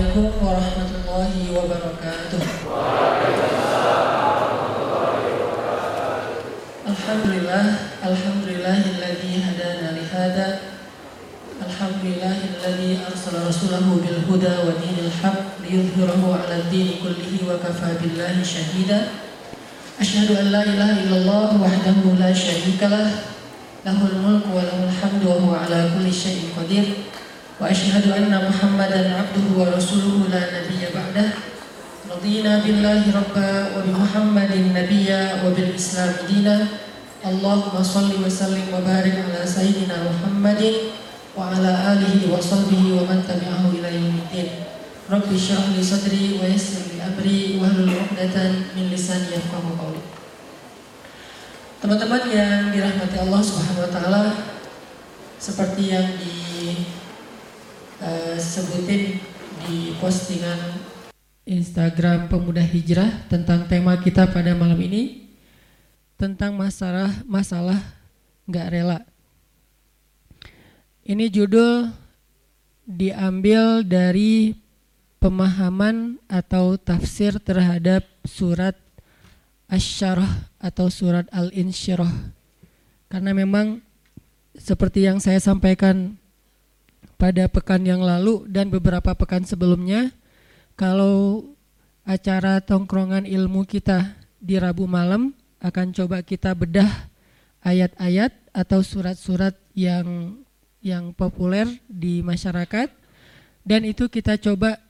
Assalamualaikum warahmatullahi wabarakatuh. Alhamdulillahilladzi hadana li hada. Alhamdulillahilladzi arsala rasulahu bil huda wa dinil haqq liyudhhirahu 'alad dini kullihi wa kafaa billahi shahida. Asyhadu an la ilaha illallah wahdahu la syarikalah, lahul mulku wa lahul hamdu wa huwa 'ala kulli syai'in qadir. Wa asyhadu anna Muhammadan 'abduhu wa rasuluhu la nabiyya ba'dah. Radina billahi rabba wa bi Muhammadin nabiyya wa bil Islam dina. Allahumma shalli wa sallim wa barik ala sayyidina Muhammadin wa ala alihi wa sahbihi wa man tabi'ahu ila yaumiddin. Rabbi shrah li sadri wa yassir li amri wahlul 'uqdatam min lisani yafqahu qawli. Teman-teman yang dirahmati Allah Subhanahu wa taala, seperti yang disebutin di postingan Instagram Pemuda Hijrah tentang tema kita pada malam ini, tentang masalah nggak rela. Ini judul diambil dari pemahaman atau tafsir terhadap surat Asy-Syarah atau surat Al-Insyirah. Karena memang seperti yang saya sampaikan pada pekan yang lalu dan beberapa pekan sebelumnya, kalau acara tongkrongan ilmu kita di Rabu malam akan coba kita bedah ayat-ayat atau surat-surat yang populer di masyarakat, dan itu kita coba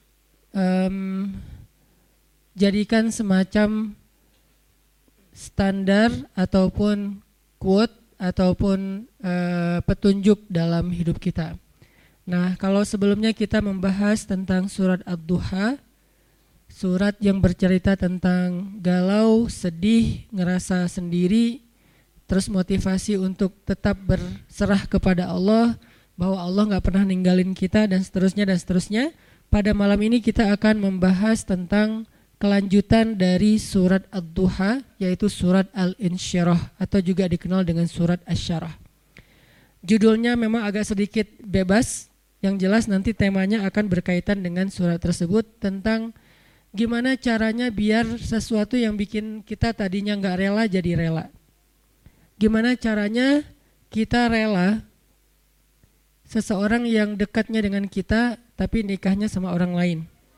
jadikan semacam standar ataupun quote ataupun petunjuk dalam hidup kita. Nah, kalau sebelumnya kita membahas tentang surat Ad-Duha, surat yang bercerita tentang galau, sedih, ngerasa sendiri, terus motivasi untuk tetap berserah kepada Allah, bahwa Allah gak pernah ninggalin kita, dan seterusnya dan seterusnya. Pada malam ini kita akan membahas tentang kelanjutan dari surat Ad-Duha, yaitu surat Al-Insyirah atau juga dikenal dengan surat Asy-Syarah. Judulnya memang agak sedikit bebas, yang jelas nanti temanya akan berkaitan dengan surat tersebut, tentang gimana caranya biar sesuatu yang bikin kita tadinya gak rela jadi rela. Gimana caranya kita rela seseorang yang dekatnya dengan kita tapi nikahnya sama orang lain.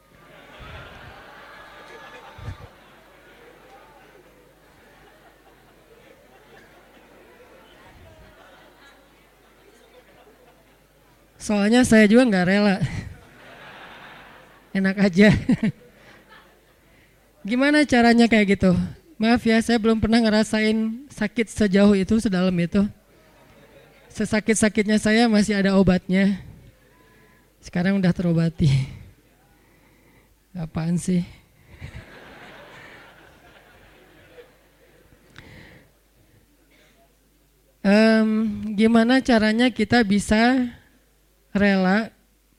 Soalnya saya juga gak rela. Enak aja. Gimana caranya kayak gitu? Maaf ya, saya belum pernah ngerasain sakit sejauh itu, sedalam itu. Sesakit-sakitnya saya masih ada obatnya. Sekarang udah terobati. Apaan sih? Gimana caranya kita bisa rela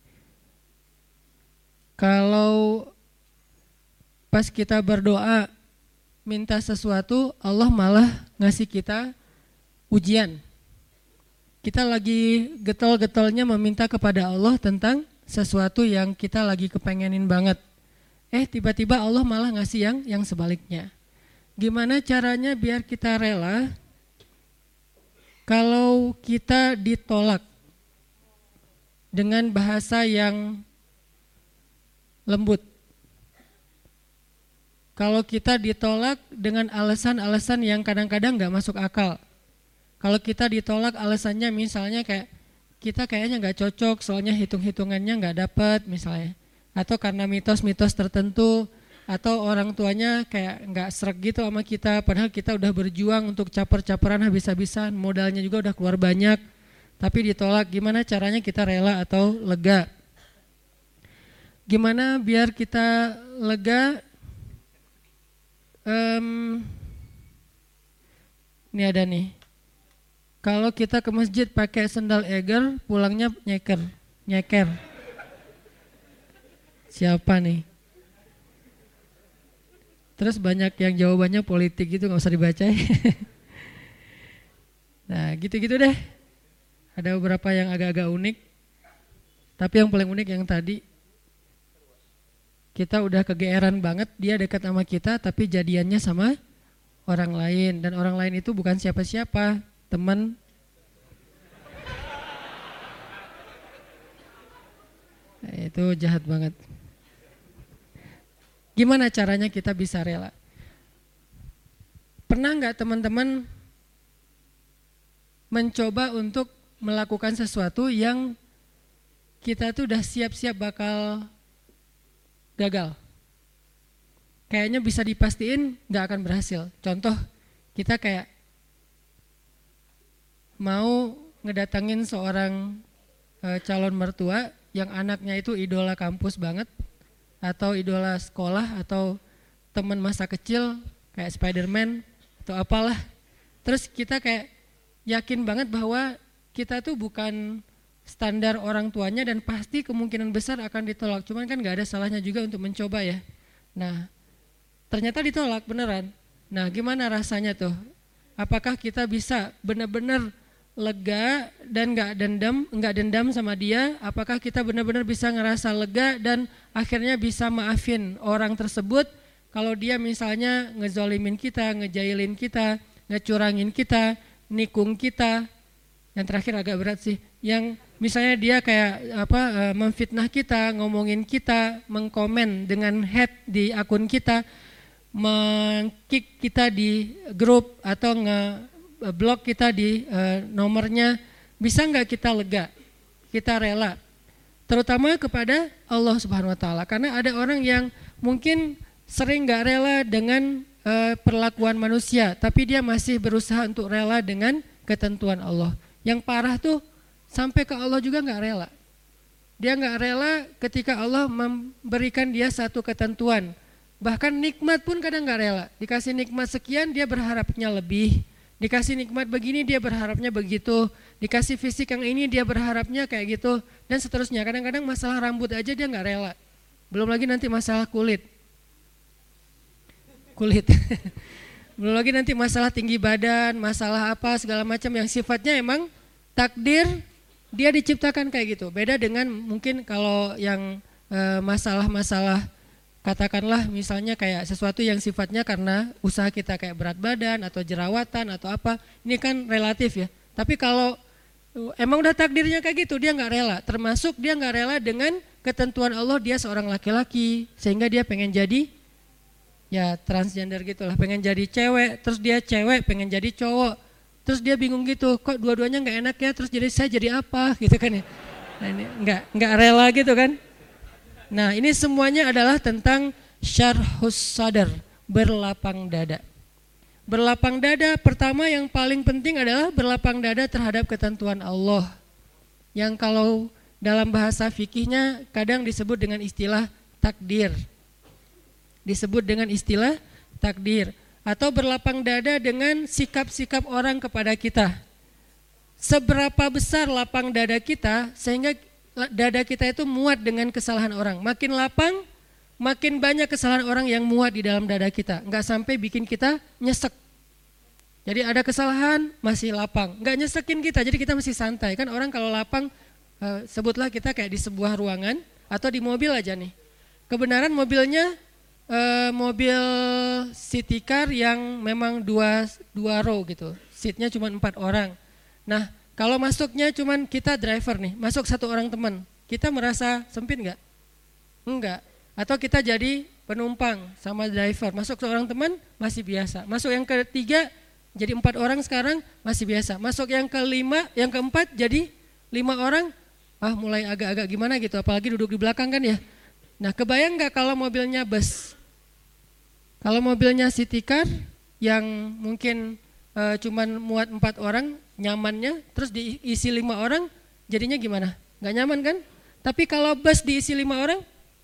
kalau pas kita berdoa minta sesuatu, Allah malah ngasih kita ujian. Kita lagi getol-getolnya meminta kepada Allah tentang sesuatu yang kita lagi kepengenin banget. Tiba-tiba Allah malah ngasih yang sebaliknya. Gimana caranya biar kita rela kalau kita ditolak dengan bahasa yang lembut? Kalau kita ditolak dengan alasan-alasan yang kadang-kadang gak masuk akal. Kalau kita ditolak alasannya misalnya kayak kita kayaknya gak cocok soalnya hitung-hitungannya gak dapat misalnya. Atau karena mitos-mitos tertentu, atau orang tuanya kayak gak sreg gitu sama kita, padahal kita udah berjuang untuk caper-caperan habis-habisan, modalnya juga udah keluar banyak, tapi ditolak. Gimana caranya kita rela atau lega? Gimana biar kita lega? Ini ada nih. Kalau kita ke masjid pakai sendal eger, pulangnya nyeker. Siapa nih? Terus banyak yang jawabannya politik gitu, gak usah dibaca. Nah gitu-gitu deh. Ada beberapa yang agak-agak unik. Tapi yang paling unik yang tadi. kita udah kegeeran banget dia dekat sama kita tapi jadiannya sama orang lain. Dan orang lain itu bukan siapa-siapa, teman. Nah, itu jahat banget. Gimana caranya kita bisa rela? Pernah nggak teman-teman mencoba untuk melakukan sesuatu yang kita tuh udah siap-siap bakal gagal? Kayaknya bisa dipastiin nggak akan berhasil. Contoh, kita kayak mau ngedatangin seorang calon mertua yang anaknya itu idola kampus banget, atau idola sekolah, atau teman masa kecil kayak Spider-Man atau apalah. Terus kita kayak yakin banget bahwa kita tuh bukan standar orang tuanya dan pasti kemungkinan besar akan ditolak. Cuman kan gak ada salahnya juga untuk mencoba ya. Nah, ternyata ditolak beneran. Nah, gimana rasanya tuh? Apakah kita bisa benar-benar lega dan nggak dendam sama dia? Apakah kita benar-benar bisa ngerasa lega dan akhirnya bisa maafin orang tersebut kalau dia misalnya ngezolimin kita, ngejailin kita, ngecurangin kita, nikung kita? Yang terakhir agak berat sih, yang misalnya dia kayak memfitnah kita, ngomongin kita, mengkomen dengan hate di akun kita, meng-kick kita di grup atau nge-blok kita di nomornya. Bisa nggak kita lega, kita rela? Terutama kepada Allah Subhanahu Wa Taala, karena ada orang yang mungkin sering nggak rela dengan perlakuan manusia, tapi dia masih berusaha untuk rela dengan ketentuan Allah. Yang parah tuh sampai ke Allah juga nggak rela. Dia nggak rela ketika Allah memberikan dia satu ketentuan. Bahkan nikmat pun kadang nggak rela. Dikasih nikmat sekian dia berharapnya lebih. Dikasih nikmat begini dia berharapnya begitu. Dikasih fisik yang ini dia berharapnya kayak gitu. Dan seterusnya. Kadang-kadang masalah rambut aja dia nggak rela. Belum lagi nanti masalah kulit. Belum lagi nanti masalah tinggi badan, masalah apa segala macam yang sifatnya emang takdir dia diciptakan kayak gitu. Beda dengan mungkin kalau yang masalah-masalah katakanlah misalnya kayak sesuatu yang sifatnya karena usaha kita kayak berat badan atau jerawatan atau apa, ini kan relatif ya. Tapi kalau emang udah takdirnya kayak gitu dia nggak rela. Termasuk dia nggak rela dengan ketentuan Allah, dia seorang laki-laki sehingga dia pengen jadi ya transgender gitulah, pengen jadi cewek, terus dia cewek pengen jadi cowok, terus dia bingung gitu, kok dua-duanya nggak enak ya, terus jadi saya jadi apa gitu kan ya. Nah ini nggak rela gitu kan. Nah ini semuanya adalah tentang syarhus sadar, berlapang dada. Berlapang dada pertama yang paling penting adalah berlapang dada terhadap ketentuan Allah, yang kalau dalam bahasa fikihnya kadang disebut dengan istilah takdir. Disebut dengan istilah takdir. Atau berlapang dada dengan sikap-sikap orang kepada kita. Seberapa besar lapang dada kita sehingga dada kita itu muat dengan kesalahan orang. Makin lapang, makin banyak kesalahan orang yang muat di dalam dada kita. Enggak sampai bikin kita nyesek. Jadi ada kesalahan masih lapang. Enggak nyesekin kita, jadi kita masih santai. Kan orang kalau lapang, sebutlah kita kayak di sebuah ruangan atau di mobil aja nih. Kebenaran mobilnya mobil city car yang memang dua row gitu, seatnya cuma 4 orang. Nah kalau masuknya cuma kita driver nih, masuk 1 orang teman, kita merasa sempit nggak? Enggak. Atau kita jadi penumpang sama driver, masuk seorang teman masih biasa. Masuk yang ketiga jadi 4 orang sekarang masih biasa. Masuk yang kelima, yang keempat jadi 5 orang, mulai agak-agak gimana gitu, apalagi duduk di belakang kan ya. Nah kebayang nggak kalau mobilnya bus? Kalau mobilnya city car yang mungkin cuman muat 4 orang nyamannya, terus diisi 5 orang jadinya gimana? Nggak nyaman kan? Tapi kalau bus diisi 5 orang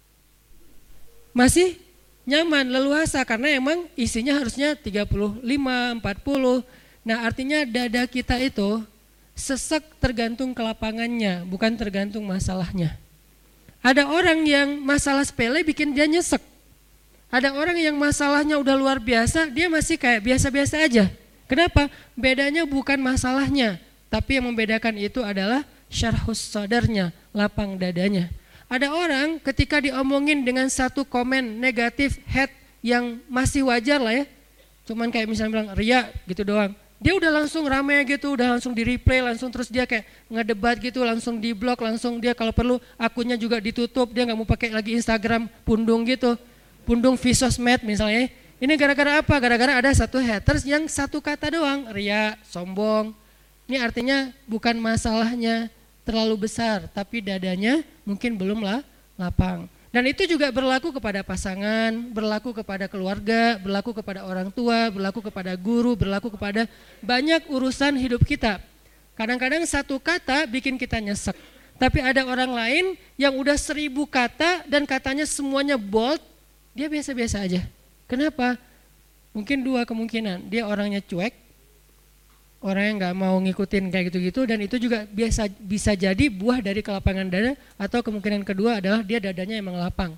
masih nyaman, leluasa karena emang isinya harusnya 35, 40. Nah artinya dada kita itu sesek tergantung kelapangannya, bukan tergantung masalahnya. Ada orang yang masalah sepele bikin dia nyesek. Ada orang yang masalahnya udah luar biasa, dia masih kayak biasa-biasa aja. Kenapa? Bedanya bukan masalahnya, tapi yang membedakan itu adalah syarhus sadarnya, lapang dadanya. Ada orang ketika diomongin dengan satu komen negatif, hate yang masih wajar lah ya. Cuman kayak misalnya bilang ria gitu doang. Dia udah langsung rame gitu, udah langsung di replay, langsung terus dia kayak ngedebat gitu, langsung di blok, langsung dia kalau perlu akunnya juga ditutup, dia nggak mau pakai lagi Instagram pundung gitu. Pundung Visosmed misalnya. Ini gara-gara apa? Gara-gara ada satu haters yang satu kata doang, ria, sombong. Ini artinya bukan masalahnya terlalu besar, tapi dadanya mungkin belum lapang. Dan itu juga berlaku kepada pasangan, berlaku kepada keluarga, berlaku kepada orang tua, berlaku kepada guru, berlaku kepada banyak urusan hidup kita. Kadang-kadang satu kata bikin kita nyesek. Tapi ada orang lain yang udah 1000 kata dan katanya semuanya bold, dia biasa-biasa aja. Kenapa? Mungkin 2 kemungkinan, dia orangnya cuek, orang yang gak mau ngikutin kayak gitu-gitu, dan itu juga bisa jadi buah dari kelapangan dada, atau kemungkinan kedua adalah dia dadanya emang lapang.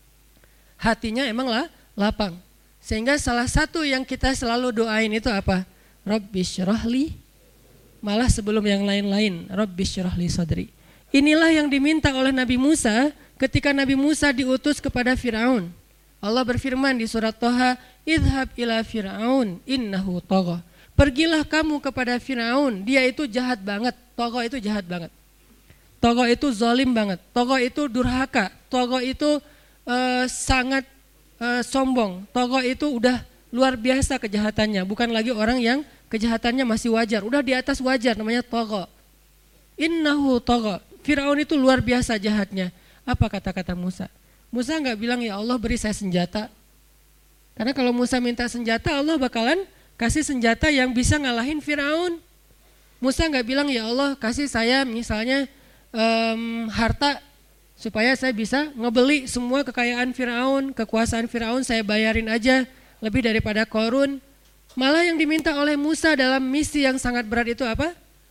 Hatinya emang lapang. Sehingga salah satu yang kita selalu doain itu apa? Rabbi syrahli, malah sebelum yang lain-lain, Rabbi syrahli sadri. Inilah yang diminta oleh Nabi Musa ketika Nabi Musa diutus kepada Firaun. Allah berfirman di surat Toha, idhab ila Firaun innahu tagha. Pergilah kamu kepada Firaun, dia itu jahat banget. Tagha itu jahat banget. Tagha itu zalim banget. Tagha itu durhaka. Tagha itu sangat sombong. Tagha itu udah luar biasa kejahatannya. Bukan lagi orang yang kejahatannya masih wajar. Udah di atas wajar, namanya tagha. Innahu tagha. Firaun itu luar biasa jahatnya. Apa kata-kata Musa? Musa enggak bilang ya Allah beri saya senjata. Karena kalau Musa minta senjata, Allah bakalan kasih senjata yang bisa ngalahin Firaun. Musa enggak bilang ya Allah kasih saya misalnya harta supaya saya bisa ngebeli semua kekayaan Firaun, kekuasaan Firaun saya bayarin aja lebih daripada Qarun. Malah yang diminta oleh Musa dalam misi yang sangat berat itu apa?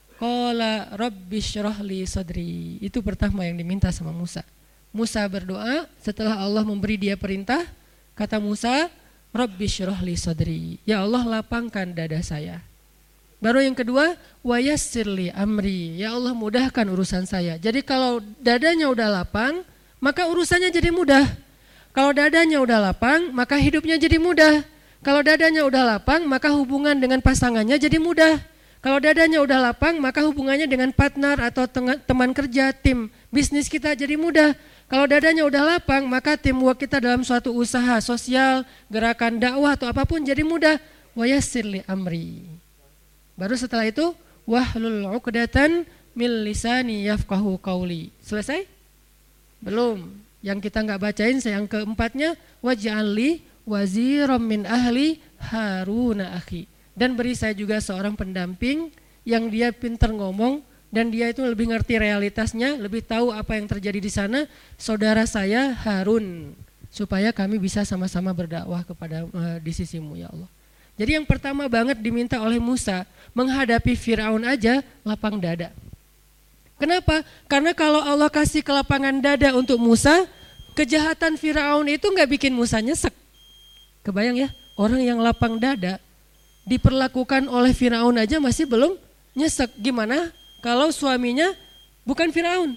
Qala rabbi syrahli sadri. Itu pertama yang diminta sama Musa. Musa berdoa setelah Allah memberi dia perintah, kata Musa, Rabbi syrahli sadri. Ya Allah lapangkan dada saya. Baru yang kedua, wa yassirli amri. Ya Allah mudahkan urusan saya. Jadi kalau dadanya udah lapang, maka urusannya jadi mudah. Kalau dadanya udah lapang, maka hidupnya jadi mudah. Kalau dadanya udah lapang, maka hubungan dengan pasangannya jadi mudah. Kalau dadanya udah lapang, maka hubungannya dengan partner atau teman kerja, tim bisnis kita jadi mudah. Kalau dadanya udah lapang, maka teamwork kita dalam suatu usaha sosial, gerakan dakwah atau apapun jadi mudah. Wa yassirli amri. Baru setelah itu, wahlul 'uqdatan min lisani yafqahu qauli. Selesai? Belum. Yang kita enggak bacain, yang keempatnya, waj'alli waziram min ahli Haruna akhi. Dan beri saya juga seorang pendamping yang dia pintar ngomong, dan dia itu lebih ngerti realitasnya, lebih tahu apa yang terjadi di sana, saudara saya Harun, supaya kami bisa sama-sama berdakwah kepada di sisimu ya Allah. Jadi yang pertama banget diminta oleh Musa, menghadapi Firaun aja lapang dada. Kenapa? Karena kalau Allah kasih kelapangan dada untuk Musa, kejahatan Firaun itu nggak bikin Musa nyesek. Kebayang ya, orang yang lapang dada diperlakukan oleh Firaun aja masih belum nyesek. Gimana kalau suaminya bukan Firaun?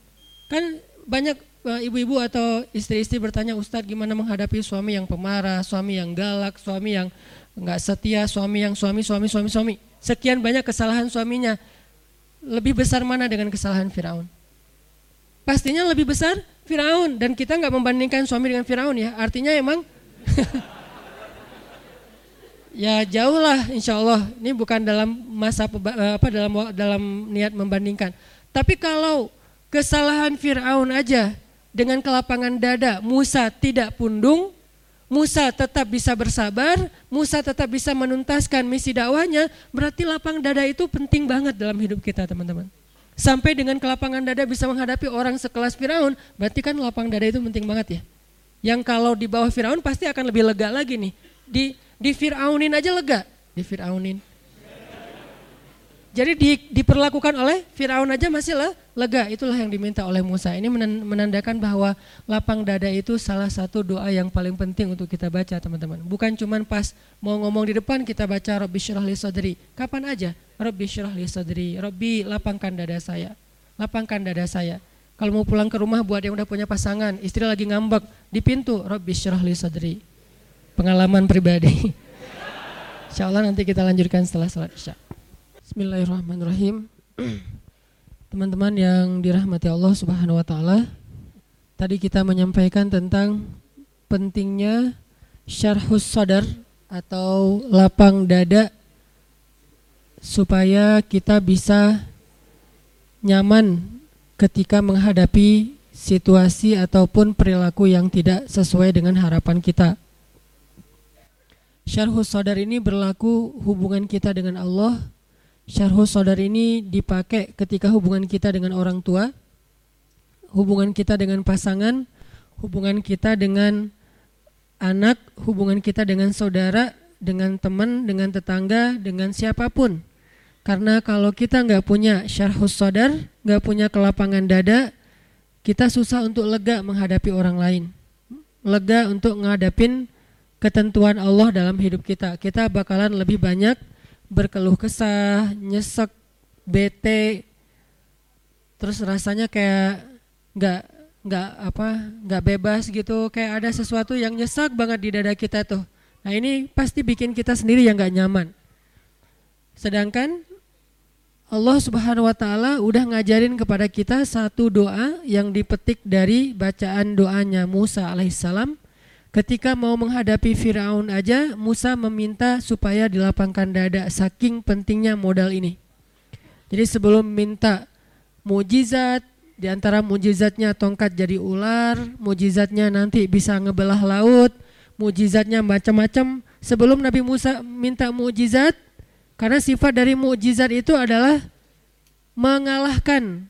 Kan banyak ibu-ibu atau istri-istri bertanya, Ustadz gimana menghadapi suami yang pemarah, suami yang galak, suami yang enggak setia, suami yang suami. Sekian banyak kesalahan suaminya. Lebih besar mana dengan kesalahan Firaun? Pastinya lebih besar Firaun, dan kita enggak membandingkan suami dengan Firaun ya. Artinya emang ya jauh lah insya Allah. Ini bukan dalam masa dalam niat membandingkan. Tapi kalau kesalahan Firaun aja dengan kelapangan dada Musa tidak pundung, Musa tetap bisa bersabar, Musa tetap bisa menuntaskan misi dakwahnya, berarti lapang dada itu penting banget dalam hidup kita teman-teman. Sampai dengan kelapangan dada bisa menghadapi orang sekelas Firaun, berarti kan lapang dada itu penting banget ya. Yang kalau di bawah Firaun pasti akan lebih lega lagi nih. Di Fir'aunin aja lega, di Fir'aunin. Jadi diperlakukan oleh Firaun aja masih lega, itulah yang diminta oleh Musa. Ini menandakan bahwa lapang dada itu salah satu doa yang paling penting untuk kita baca teman-teman. Bukan cuma pas mau ngomong di depan kita baca Rabbi syrah li sadri. Kapan aja Rabbi syrah li sadri, Rabbi lapangkan dada saya, lapangkan dada saya. Kalau mau pulang ke rumah buat yang udah punya pasangan, istri lagi ngambek di pintu, Rabbi syrah li sadri. Pengalaman pribadi. Insyaallah nanti kita lanjutkan setelah salat Isya. Bismillahirrahmanirrahim. Teman-teman yang dirahmati Allah Subhanahu wa taala, tadi kita menyampaikan tentang pentingnya syarhus sadar atau lapang dada supaya kita bisa nyaman ketika menghadapi situasi ataupun perilaku yang tidak sesuai dengan harapan kita. Syarhus sadar ini berlaku hubungan kita dengan Allah. Syarhus sadar ini dipakai ketika hubungan kita dengan orang tua, hubungan kita dengan pasangan, hubungan kita dengan anak, hubungan kita dengan saudara, dengan teman, dengan tetangga, dengan siapapun. Karena kalau kita nggak punya syarhus sadar, nggak punya kelapangan dada, kita susah untuk lega menghadapi orang lain. Lega untuk menghadapin ketentuan Allah dalam hidup kita. Kita bakalan lebih banyak berkeluh kesah, nyesek, bete, terus rasanya kayak nggak bebas gitu, kayak ada sesuatu yang nyesek banget di dada kita tuh. Nah ini pasti bikin kita sendiri yang nggak nyaman. Sedangkan Allah Subhanahu wa taala udah ngajarin kepada kita satu doa yang dipetik dari bacaan doanya Musa alaihissalam. Ketika mau menghadapi Firaun aja, Musa meminta supaya dilapangkan dada, saking pentingnya modal ini. Jadi sebelum minta mujizat, di antara mujizatnya tongkat jadi ular, mujizatnya nanti bisa ngebelah laut, mujizatnya macam-macam. Sebelum Nabi Musa minta mujizat, karena sifat dari mukjizat itu adalah mengalahkan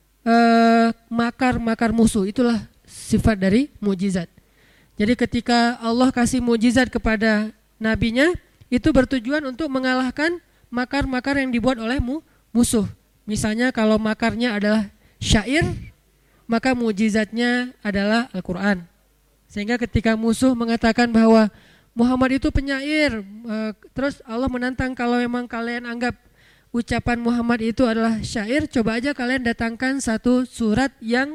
makar-makar musuh. Itulah sifat dari mukjizat. Jadi ketika Allah kasih mukjizat kepada nabinya, itu bertujuan untuk mengalahkan makar-makar yang dibuat oleh musuh. Misalnya kalau makarnya adalah syair, maka mukjizatnya adalah Al-Quran. Sehingga ketika musuh mengatakan bahwa Muhammad itu penyair, terus Allah menantang, kalau memang kalian anggap ucapan Muhammad itu adalah syair, coba aja kalian datangkan satu surat yang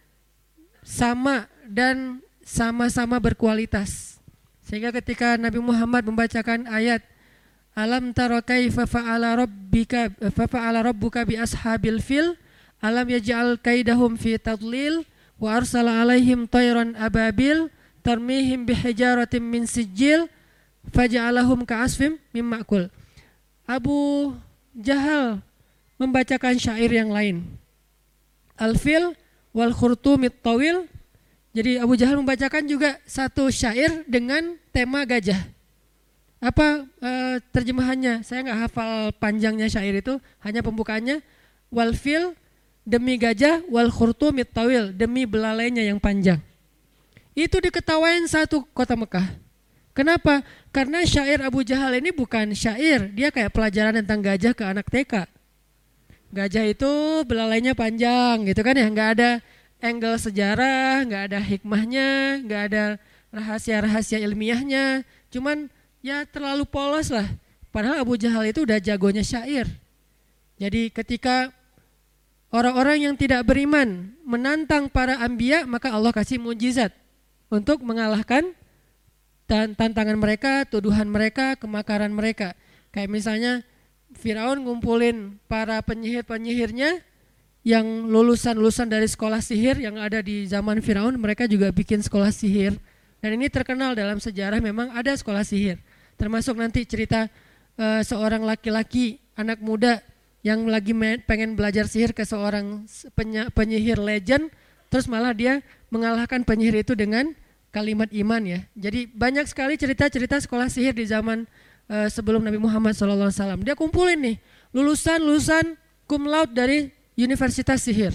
sama dan sama-sama berkualitas. Sehingga ketika Nabi Muhammad membacakan ayat Alam tara kaifa fa'ala rabbuka bi ashabil fil alam yaj'al kaidahum fi tadlil wa arsala alaihim tayran ababil tarmihim bihijaratin min sijil faja'alahum ka'asfim mimmakul. Abu Jahal membacakan syair yang lain, Al-Fil wal Khurtumit Tawil. Jadi Abu Jahal membacakan juga satu syair dengan tema gajah. Apa terjemahannya? Saya nggak hafal panjangnya syair itu, hanya pembukaannya wal fil demi gajah, wal khurtumit tawil demi belalainya yang panjang. Itu diketawain satu kota Mekah. Kenapa? Karena syair Abu Jahal ini bukan syair, dia kayak pelajaran tentang gajah ke anak TK. Gajah itu belalainya panjang gitu kan ya, nggak ada angle sejarah, nggak ada hikmahnya, nggak ada rahasia-rahasia ilmiahnya, cuman ya terlalu polos lah. Padahal Abu Jahal itu udah jagonya syair. Jadi ketika orang-orang yang tidak beriman menantang para anbiya, maka Allah kasih mujizat untuk mengalahkan tantangan mereka, tuduhan mereka, kemakaran mereka. Kayak misalnya Firaun ngumpulin para penyihir-penyihirnya yang lulusan-lulusan dari sekolah sihir yang ada di zaman Firaun, mereka juga bikin sekolah sihir. Dan ini terkenal dalam sejarah, memang ada sekolah sihir. Termasuk nanti cerita seorang laki-laki, anak muda yang lagi pengen belajar sihir ke seorang penyihir legend, terus malah dia mengalahkan penyihir itu dengan kalimat iman ya. Jadi banyak sekali cerita-cerita sekolah sihir di zaman sebelum Nabi Muhammad SAW. Dia kumpulin nih lulusan cum laude dari Universitas Sihir.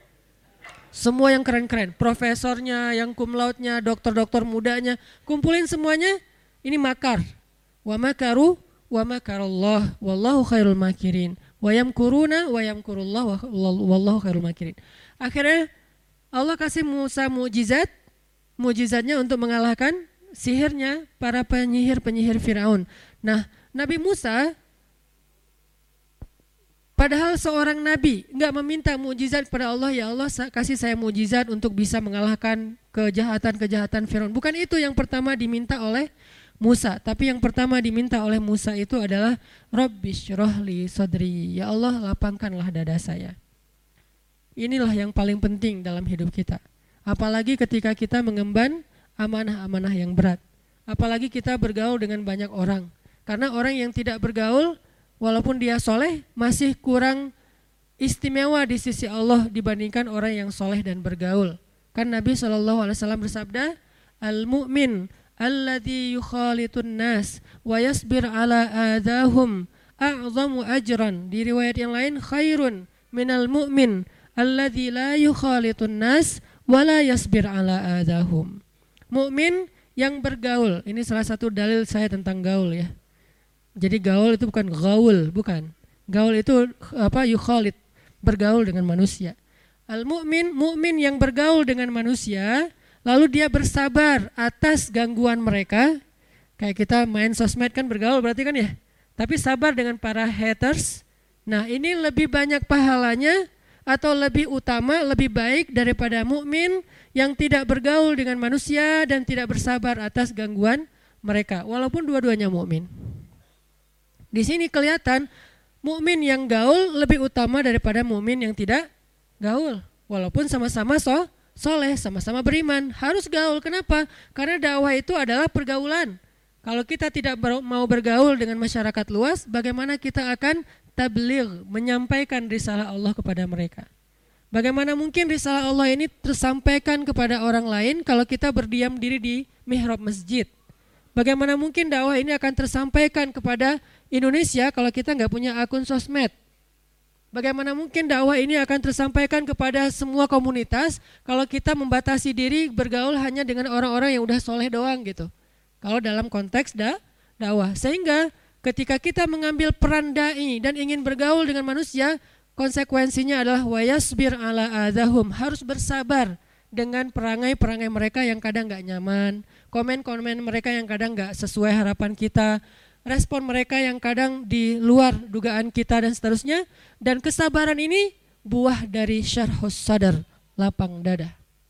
Semua yang keren-keren, profesornya, yang cum laude-nya, dokter-dokter mudanya, kumpulin semuanya, ini makar. Wa makaru wa makarallah wallahu khairul makirin. Wa yamkuruna wa yamkurullah wallahu khairul makirin. Akhirnya Allah kasih Musa mukjizat. Mukjizatnya untuk mengalahkan sihirnya para penyihir-penyihir Firaun. Nah, Nabi Musa Padahal seorang nabi enggak meminta mukjizat kepada Allah, ya Allah kasih saya mukjizat untuk bisa mengalahkan kejahatan-kejahatan Firaun. Bukan itu yang pertama diminta oleh Musa, tapi yang pertama diminta oleh Musa itu adalah Rabbishrahli sadri, ya Allah lapangkanlah dada saya. Inilah yang paling penting dalam hidup kita. Apalagi ketika kita mengemban amanah-amanah yang berat. Apalagi kita bergaul dengan banyak orang. Karena orang yang tidak bergaul, walaupun dia soleh, masih kurang istimewa di sisi Allah dibandingkan orang yang soleh dan bergaul. Kan Nabi SAW bersabda, Al-mu'min alladhi yukhalitun nas wa yasbir ala adahum a'zamu ajran. Di riwayat yang lain, khairun minal mu'min alladzi la yukhalitun nas wala yasbir ala adahum. Mukmin yang bergaul. Ini salah satu dalil saya tentang gaul ya. Jadi gaul itu bukan gaul, bukan. Gaul itu yukhalit, bergaul dengan manusia. Al-mu'min, mukmin yang bergaul dengan manusia, lalu dia bersabar atas gangguan mereka. Kayak kita main sosmed kan bergaul berarti kan ya. Tapi sabar dengan para haters. Nah, ini lebih banyak pahalanya atau lebih utama, lebih baik daripada mukmin yang tidak bergaul dengan manusia dan tidak bersabar atas gangguan mereka, walaupun dua-duanya mukmin. Di sini kelihatan mukmin yang gaul lebih utama daripada mukmin yang tidak gaul, walaupun sama-sama soleh, sama-sama beriman, harus gaul. Kenapa? Karena dakwah itu adalah pergaulan. Kalau kita tidak mau bergaul dengan masyarakat luas, bagaimana kita akan tabligh, menyampaikan risalah Allah kepada mereka? Bagaimana mungkin risalah Allah ini tersampaikan kepada orang lain kalau kita berdiam diri di mihrab masjid? Bagaimana mungkin dakwah ini akan tersampaikan kepada Indonesia kalau kita nggak punya akun sosmed? Bagaimana mungkin dakwah ini akan tersampaikan kepada semua komunitas kalau kita membatasi diri bergaul hanya dengan orang-orang yang udah soleh doang gitu? Kalau dalam konteks dakwah, sehingga ketika kita mengambil peran dai dan ingin bergaul dengan manusia, konsekuensinya adalah wayasbir ala adahum, harus bersabar dengan perangai-perangai mereka yang kadang gak nyaman, komen-komen mereka yang kadang gak sesuai harapan kita, respon mereka yang kadang di luar dugaan kita dan seterusnya. Dan kesabaran ini buah dari syarhus sadar, lapang dada.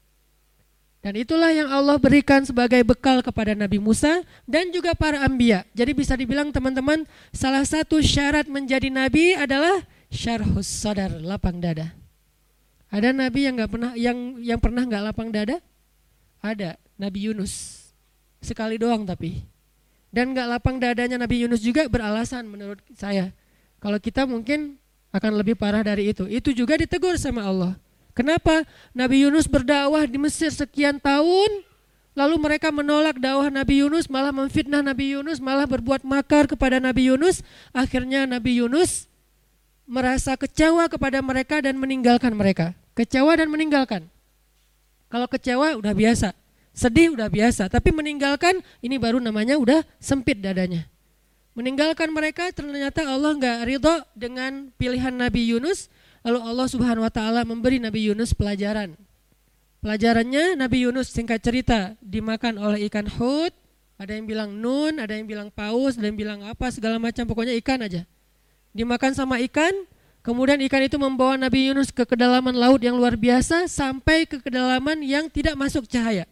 Dan itulah yang Allah berikan sebagai bekal kepada Nabi Musa dan juga para anbiya. Jadi bisa dibilang teman-teman, salah satu syarat menjadi nabi adalah syarhus sadar, lapang dada. Ada nabi yang pernah nggak lapang dada? Ada, Nabi Yunus. Sekali doang tapi. Dan nggak lapang dadanya Nabi Yunus juga beralasan menurut saya. Kalau kita mungkin akan lebih parah dari itu. Itu juga ditegur sama Allah. Kenapa? Nabi Yunus berdakwah di Mesir sekian tahun, lalu mereka menolak dakwah Nabi Yunus, malah memfitnah Nabi Yunus, malah berbuat makar kepada Nabi Yunus. Akhirnya Nabi Yunus merasa kecewa kepada mereka dan meninggalkan mereka. Kecewa dan meninggalkan. Kalau kecewa udah biasa, sedih udah biasa, tapi meninggalkan ini baru namanya udah sempit dadanya. Meninggalkan mereka, ternyata Allah gak ridho dengan pilihan Nabi Yunus. Lalu Allah Subhanahu wa ta'ala memberi Nabi Yunus pelajaran. Pelajarannya Nabi Yunus singkat cerita dimakan oleh ikan hut. Ada yang bilang nun, ada yang bilang paus, ada yang bilang apa segala macam, pokoknya ikan aja. Dimakan sama ikan, kemudian ikan itu membawa Nabi Yunus ke kedalaman laut yang luar biasa sampai ke kedalaman yang tidak masuk cahaya.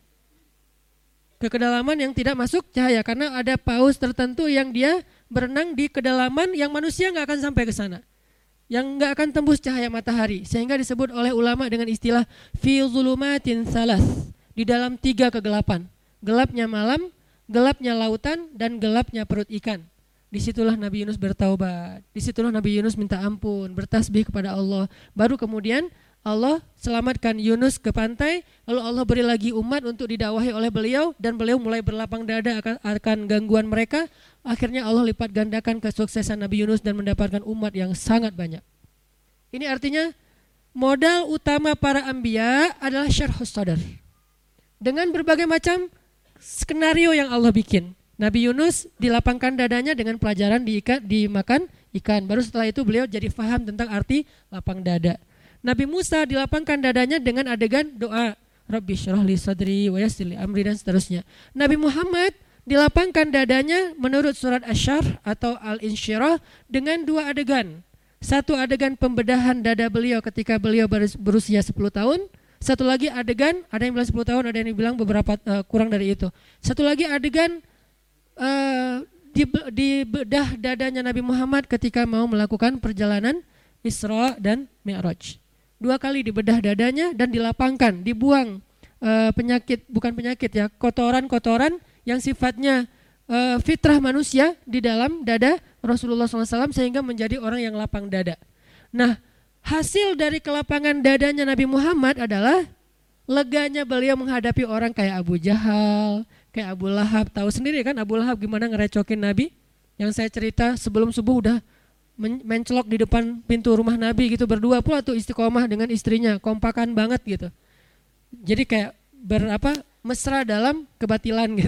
Ke kedalaman yang tidak masuk cahaya karena ada paus tertentu yang dia berenang di kedalaman yang manusia nggak akan sampai ke sana. Yang enggak akan tembus cahaya matahari, sehingga disebut oleh ulama dengan istilah fi zulumatin salas, di dalam 3 kegelapan, gelapnya malam, gelapnya lautan, dan gelapnya perut ikan. Disitulah Nabi Yunus bertaubat, disitulah Nabi Yunus minta ampun, bertasbih kepada Allah. Baru kemudian Allah selamatkan Yunus ke pantai, lalu Allah beri lagi umat untuk didakwahi oleh beliau, dan beliau mulai berlapang dada akan gangguan mereka. Akhirnya Allah lipat gandakan kesuksesan Nabi Yunus dan mendapatkan umat yang sangat banyak. Ini artinya modal utama para anbiya adalah syarhus sadar. Dengan berbagai macam skenario yang Allah bikin. Nabi Yunus dilapangkan dadanya dengan pelajaran dimakan ikan. Baru setelah itu beliau jadi faham tentang arti lapang dada. Nabi Musa dilapangkan dadanya dengan adegan doa, Rabbi syrah li sadri wa yassir li amri, dan seterusnya. Nabi Muhammad dilapangkan dadanya menurut surat Asy-Syarh atau Al-Insyirah dengan 2 adegan. Satu adegan pembedahan dada beliau ketika beliau berusia 10 tahun. Satu lagi adegan, ada yang bilang 10 tahun, ada yang bilang beberapa kurang dari itu. Satu lagi adegan di bedah dadanya Nabi Muhammad ketika mau melakukan perjalanan Isra dan Mi'raj. 2 kali dibedah dadanya dan dilapangkan, dibuang penyakit, bukan penyakit ya, kotoran-kotoran yang sifatnya fitrah manusia di dalam dada Rasulullah SAW sehingga menjadi orang yang lapang dada. Nah, hasil dari kelapangan dadanya Nabi Muhammad adalah leganya beliau menghadapi orang kayak Abu Jahal, kayak Abu Lahab. Tahu sendiri kan Abu Lahab gimana ngerecokin Nabi? Yang saya cerita sebelum subuh udah mencelok di depan pintu rumah Nabi gitu, berdua pula tuh istiqomah dengan istrinya, kompakan banget gitu. Jadi kayak mesra dalam kebatilan gitu.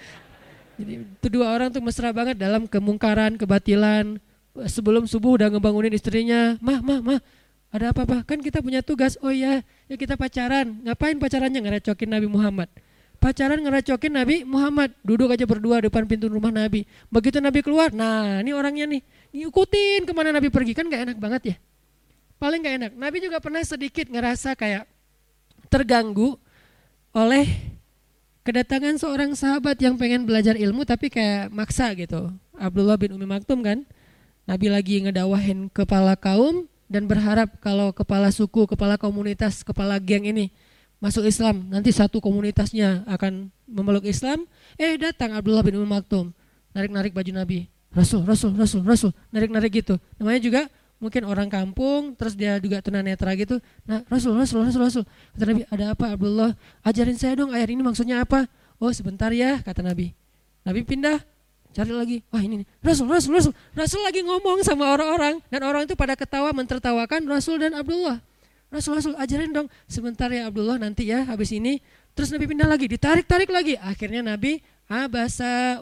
Jadi itu 2 orang tuh mesra banget dalam kemungkaran, kebatilan. Sebelum subuh udah ngebangunin istrinya, mah, ada apa-apa? Kan kita punya tugas. Oh iya, ya kita pacaran. Ngapain pacarannya? Ngerecokin Nabi Muhammad. Pacaran ngerecokin Nabi Muhammad. Duduk aja berdua depan pintu rumah Nabi. Begitu Nabi keluar, nah ini orangnya nih. Ngikutin kemana Nabi pergi, kan gak enak banget ya. Paling gak enak. Nabi juga pernah sedikit ngerasa kayak terganggu oleh kedatangan seorang sahabat yang pengen belajar ilmu tapi kayak maksa gitu. Abdullah bin Umi Maktum kan. Nabi lagi ngedawahin kepala kaum dan berharap kalau kepala suku, kepala komunitas, kepala geng ini masuk Islam, nanti satu komunitasnya akan memeluk Islam. Datang Abdullah bin Umi Maktum, narik-narik baju Nabi. Rasul, narik-narik gitu. Namanya juga mungkin orang kampung, terus dia juga tunanetra gitu. Nah, Rasul. Kata Nabi, ada apa Abdullah? Ajarin saya dong ayat ini maksudnya apa? Oh sebentar ya, kata Nabi. Nabi pindah. Cari lagi, wah ini nih, Rasul lagi ngomong sama orang-orang dan orang itu pada ketawa mentertawakan Rasul dan Abdullah. Rasul ajarin dong, sebentar ya Abdullah nanti ya habis ini. Terus Nabi pindah lagi, ditarik lagi. Akhirnya Nabi abasa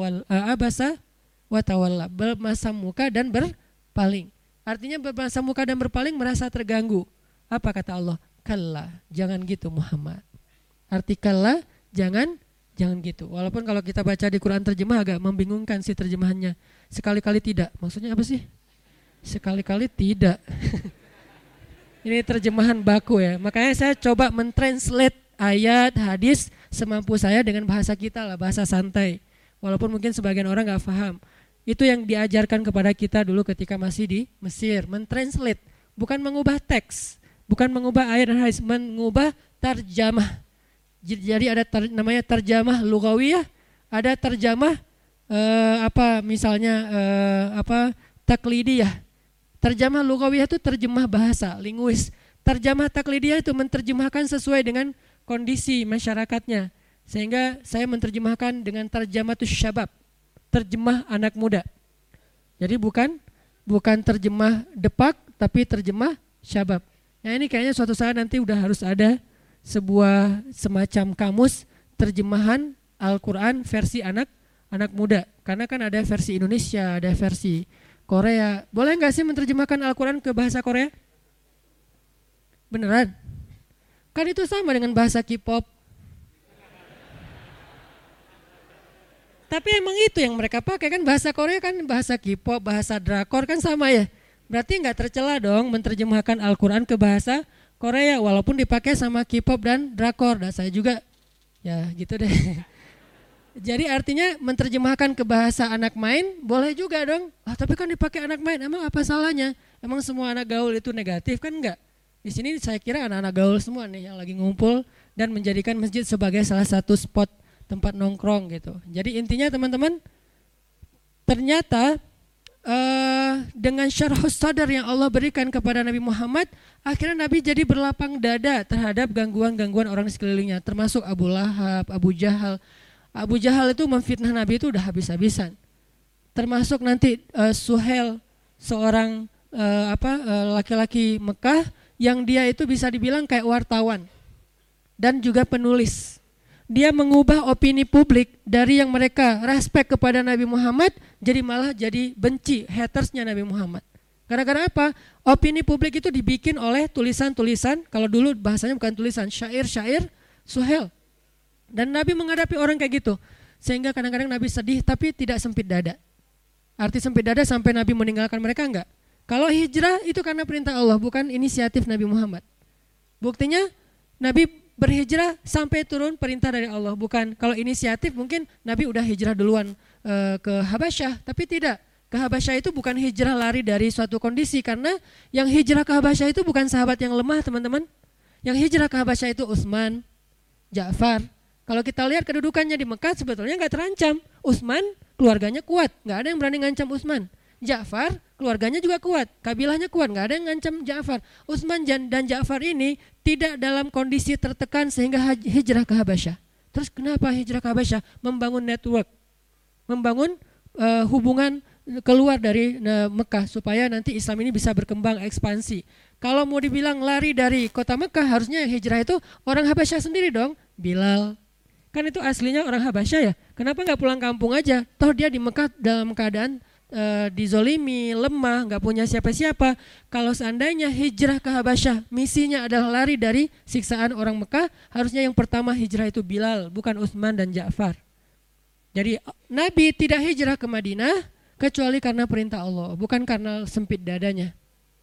wa tawalla, bermasam muka dan berpaling. Artinya bermasam muka dan berpaling merasa terganggu. Apa kata Allah? Kalla, jangan gitu Muhammad. Arti kalla, jangan gitu. Walaupun kalau kita baca di Quran terjemah agak membingungkan sih terjemahannya. Sekali-kali tidak. Maksudnya apa sih? Sekali-kali tidak. Ini terjemahan baku ya. Makanya saya coba mentranslate ayat, hadis semampu saya dengan bahasa kita lah, bahasa santai. Walaupun mungkin sebagian orang gak paham. Itu yang diajarkan kepada kita dulu ketika masih di Mesir. Mentranslate. Bukan mengubah teks. Bukan mengubah ayat dan hadis. Mengubah tarjamah. Jadi ada namanya terjemah lugawiyah, ada terjemah taklidiyah. Terjemah lugawiyah itu terjemah bahasa, linguis. Terjemah taklidiyah itu menerjemahkan sesuai dengan kondisi masyarakatnya. Sehingga saya menerjemahkan dengan terjematus syabab, terjemah anak muda. Jadi bukan terjemah depak tapi terjemah syabab. Nah ini kayaknya suatu saat nanti udah harus ada sebuah semacam kamus terjemahan Al-Quran versi anak muda. Karena kan ada versi Indonesia, ada versi Korea. Boleh gak sih menerjemahkan Al-Quran ke bahasa Korea? Beneran? Kan itu sama dengan bahasa K-pop. Tapi emang itu yang mereka pakai kan, bahasa Korea kan bahasa K-pop, bahasa drakor kan sama ya. Berarti gak tercela dong menerjemahkan Al-Quran ke bahasa Korea walaupun dipakai sama K-pop dan drakor. Dan saya juga ya gitu deh. Jadi artinya menerjemahkan ke bahasa anak main boleh juga dong. Tapi kan dipakai anak main, emang apa salahnya? Emang semua anak gaul itu negatif kan enggak? Di sini saya kira anak-anak gaul semua nih yang lagi ngumpul dan menjadikan masjid sebagai salah satu spot tempat nongkrong gitu. Jadi intinya teman-teman, ternyata dengan syarhus sadar yang Allah berikan kepada Nabi Muhammad, akhirnya Nabi jadi berlapang dada terhadap gangguan-gangguan orang di sekelilingnya, termasuk Abu Lahab, Abu Jahal. Abu Jahal itu memfitnah Nabi itu udah habis-habisan. Termasuk nanti Suhail, seorang laki-laki Mekah yang dia itu bisa dibilang kayak wartawan dan juga penulis. Dia mengubah opini publik dari yang mereka respect kepada Nabi Muhammad jadi malah jadi benci, hatersnya Nabi Muhammad. Gara-gara apa? Opini publik itu dibikin oleh tulisan-tulisan, kalau dulu bahasanya bukan tulisan, syair-syair Suhail. Dan Nabi menghadapi orang kayak gitu. Sehingga kadang-kadang Nabi sedih tapi tidak sempit dada. Arti sempit dada sampai Nabi meninggalkan mereka enggak. Kalau hijrah itu karena perintah Allah, bukan inisiatif Nabi Muhammad. Buktinya Nabi berhijrah sampai turun perintah dari Allah, bukan. Kalau inisiatif mungkin Nabi udah hijrah duluan ke Habasyah, tapi tidak. Ke Habasyah itu bukan hijrah lari dari suatu kondisi, karena yang hijrah ke Habasyah itu bukan sahabat yang lemah, teman-teman. Yang hijrah ke Habasyah itu Utsman, Ja'far. Kalau kita lihat kedudukannya di Mekah sebetulnya nggak terancam. Utsman keluarganya kuat, nggak ada yang berani ngancam Utsman. Ja'far keluarganya juga kuat, kabilahnya kuat, nggak ada yang ngancam Ja'far. Utsman dan Ja'far ini tidak dalam kondisi tertekan sehingga hijrah ke Habasyah. Terus kenapa hijrah ke Habasyah? Membangun network, membangun hubungan keluar dari Mekah supaya nanti Islam ini bisa berkembang ekspansi. Kalau mau dibilang lari dari kota Mekah, harusnya yang hijrah itu orang Habasyah sendiri dong. Bilal, kan itu aslinya orang Habasyah ya. Kenapa nggak pulang kampung aja? Toh dia di Mekah dalam keadaan dizolimi, lemah, nggak punya siapa-siapa. Kalau seandainya hijrah ke Habasyah, misinya adalah lari dari siksaan orang Mekah, harusnya yang pertama hijrah itu Bilal, bukan Utsman dan Ja'far. Jadi Nabi tidak hijrah ke Madinah kecuali karena perintah Allah, bukan karena sempit dadanya.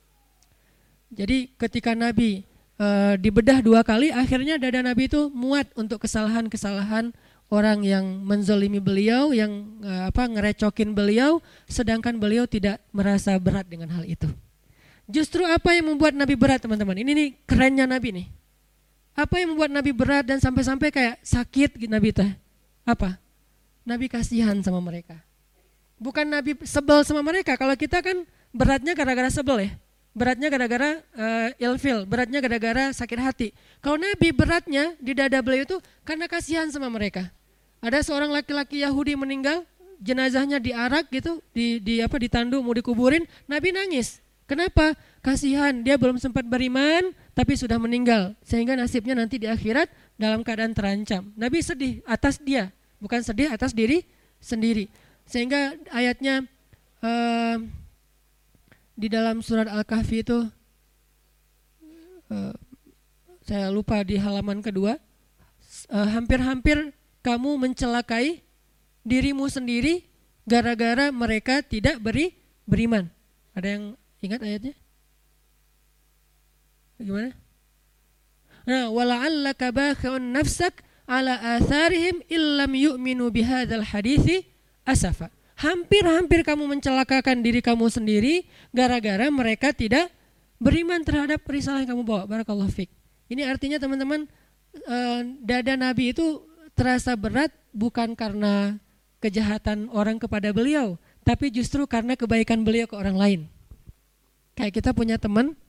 Jadi ketika Nabi dibedah 2 kali, akhirnya dada Nabi itu muat untuk kesalahan-kesalahan orang yang menzolimi beliau, yang ngerecokin beliau, sedangkan beliau tidak merasa berat dengan hal itu. Justru apa yang membuat Nabi berat, teman-teman? Ini nih kerennya Nabi nih. Apa yang membuat Nabi berat dan sampai-sampai kayak sakit gitu Nabi teh? Apa? Nabi kasihan sama mereka. Bukan Nabi sebel sama mereka. Kalau kita kan beratnya gara-gara sebel ya. Beratnya gara-gara ilfil, beratnya gara-gara sakit hati. Kalau Nabi beratnya di dada beliau itu karena kasihan sama mereka. Ada seorang laki-laki Yahudi meninggal, jenazahnya diarak gitu, ditandu mau dikuburin, Nabi nangis. Kenapa? Kasihan, dia belum sempat beriman tapi sudah meninggal, sehingga nasibnya nanti di akhirat dalam keadaan terancam. Nabi sedih atas dia, bukan sedih atas diri sendiri. Sehingga ayatnya di dalam surat Al-Kahfi itu saya lupa di halaman kedua, hampir-hampir kamu mencelakai dirimu sendiri gara-gara mereka tidak beriman. Ada yang ingat ayatnya? Gimana? Nah, wala'allaka bakhi'un nafsak ala atharihim illam yu'minu bihadzal hadithi asafa. Hampir-hampir kamu mencelakakan diri kamu sendiri gara-gara mereka tidak beriman terhadap risalah yang kamu bawa. Barakallahu fiik. Ini artinya teman-teman, dada Nabi itu terasa berat bukan karena kejahatan orang kepada beliau, tapi justru karena kebaikan beliau ke orang lain. Kayak kita punya teman,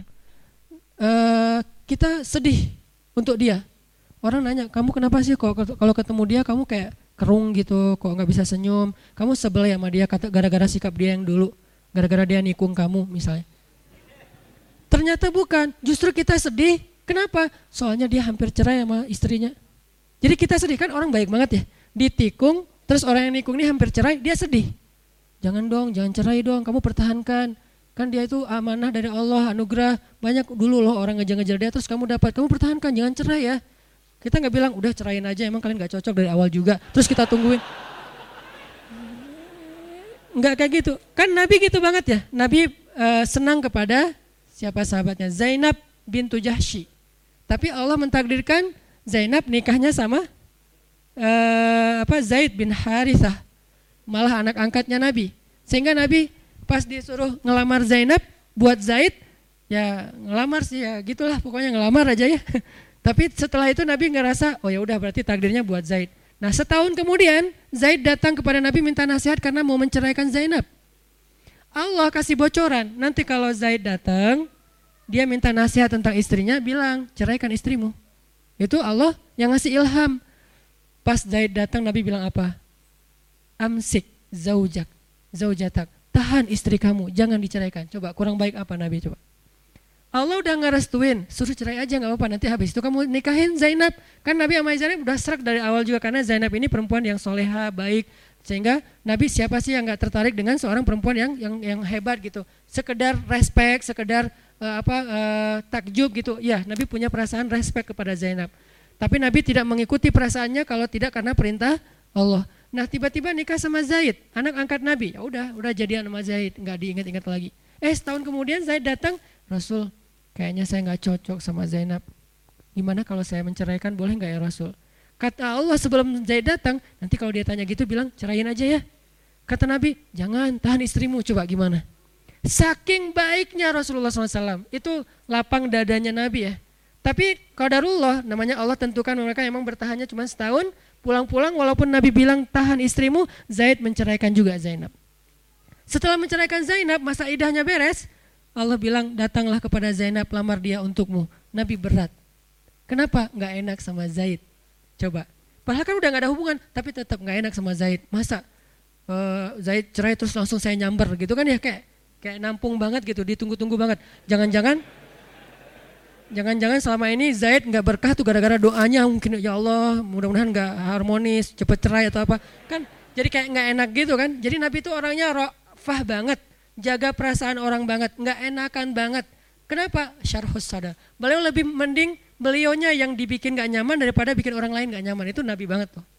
kita sedih untuk dia. Orang nanya, kamu kenapa sih kalau ketemu dia kamu kayak kerung gitu, kok nggak bisa senyum? Kamu sebel ya sama dia gara-gara sikap dia yang dulu, gara-gara dia nikung kamu misalnya. Ternyata bukan, justru kita sedih. Kenapa? Soalnya dia hampir cerai sama istrinya. Jadi kita sedih, kan orang baik banget ya, ditikung, terus orang yang nikung ini hampir cerai, dia sedih. Jangan dong, jangan cerai dong, kamu pertahankan. Kan dia itu amanah dari Allah, anugerah, banyak dulu loh orang ngejar-ngejar dia, terus kamu dapat, kamu pertahankan, jangan cerai ya. Kita gak bilang, udah ceraiin aja, emang kalian gak cocok dari awal juga, terus kita tungguin. Enggak kayak gitu, kan Nabi gitu banget ya. Nabi senang kepada siapa sahabatnya? Zainab bintu Jahsy. Tapi Allah mentakdirkan Zainab nikahnya sama Zaid bin Harithah, malah anak angkatnya Nabi. Sehingga Nabi pas disuruh ngelamar Zainab buat Zaid, ya ngelamar sih ya gitulah, pokoknya ngelamar aja ya. Tapi setelah itu Nabi ngerasa, oh ya udah berarti takdirnya buat Zaid. Nah setahun kemudian Zaid datang kepada Nabi minta nasihat karena mau menceraikan Zainab. Allah kasih bocoran, nanti kalau Zaid datang, dia minta nasihat tentang istrinya, bilang ceraikan istrimu. Itu Allah yang ngasih ilham. Pas Zaid datang Nabi bilang apa? Amsik zaujatak. Tahan istri kamu, jangan diceraikan. Coba kurang baik apa Nabi coba? Allah udah ngerestuin, suruh cerai aja gak apa-apa, nanti habis itu kamu nikahin Zainab. Kan Nabi sama Zainab udah serak dari awal juga, karena Zainab ini perempuan yang soleha, baik. Sehingga Nabi siapa sih yang gak tertarik dengan seorang perempuan yang hebat gitu. Sekedar respect, sekedar takjub gitu. Ya Nabi punya perasaan respect kepada Zainab. Tapi Nabi tidak mengikuti perasaannya kalau tidak karena perintah Allah. Nah tiba-tiba nikah sama Zaid, anak angkat Nabi. Ya udah jadian sama Zaid, gak diingat-ingat lagi. Setahun kemudian Zaid datang, Rasul kayaknya saya gak cocok sama Zainab. Gimana kalau saya menceraikan, boleh gak ya Rasul? Kata Allah sebelum Zaid datang, nanti kalau dia tanya gitu bilang ceraiin aja ya. Kata Nabi, jangan, tahan istrimu, coba gimana? Saking baiknya Rasulullah SAW, itu lapang dadanya Nabi ya. Tapi qadarullah, namanya Allah tentukan mereka emang bertahannya cuma setahun, pulang-pulang walaupun Nabi bilang tahan istrimu, Zaid menceraikan juga Zainab. Setelah menceraikan Zainab, masa idahnya beres, Allah bilang datanglah kepada Zainab, lamar dia untukmu. Nabi berat. Kenapa? Gak enak sama Zaid. Coba. Padahal kan udah gak ada hubungan, tapi tetap gak enak sama Zaid. Masa Zaid cerai terus langsung saya nyamber gitu kan ya, kayak nampung banget gitu, ditunggu-tunggu banget. Jangan-jangan selama ini Zaid nggak berkah tuh gara-gara doanya mungkin, ya Allah mudah-mudahan nggak harmonis, cepet cerai atau apa. Kan jadi kayak nggak enak gitu kan. Jadi Nabi itu orangnya rafah banget, jaga perasaan orang banget, nggak enakan banget. Kenapa? Syarhus sadar. Beliau lebih mending belionya yang dibikin nggak nyaman daripada bikin orang lain nggak nyaman. Itu Nabi banget tuh.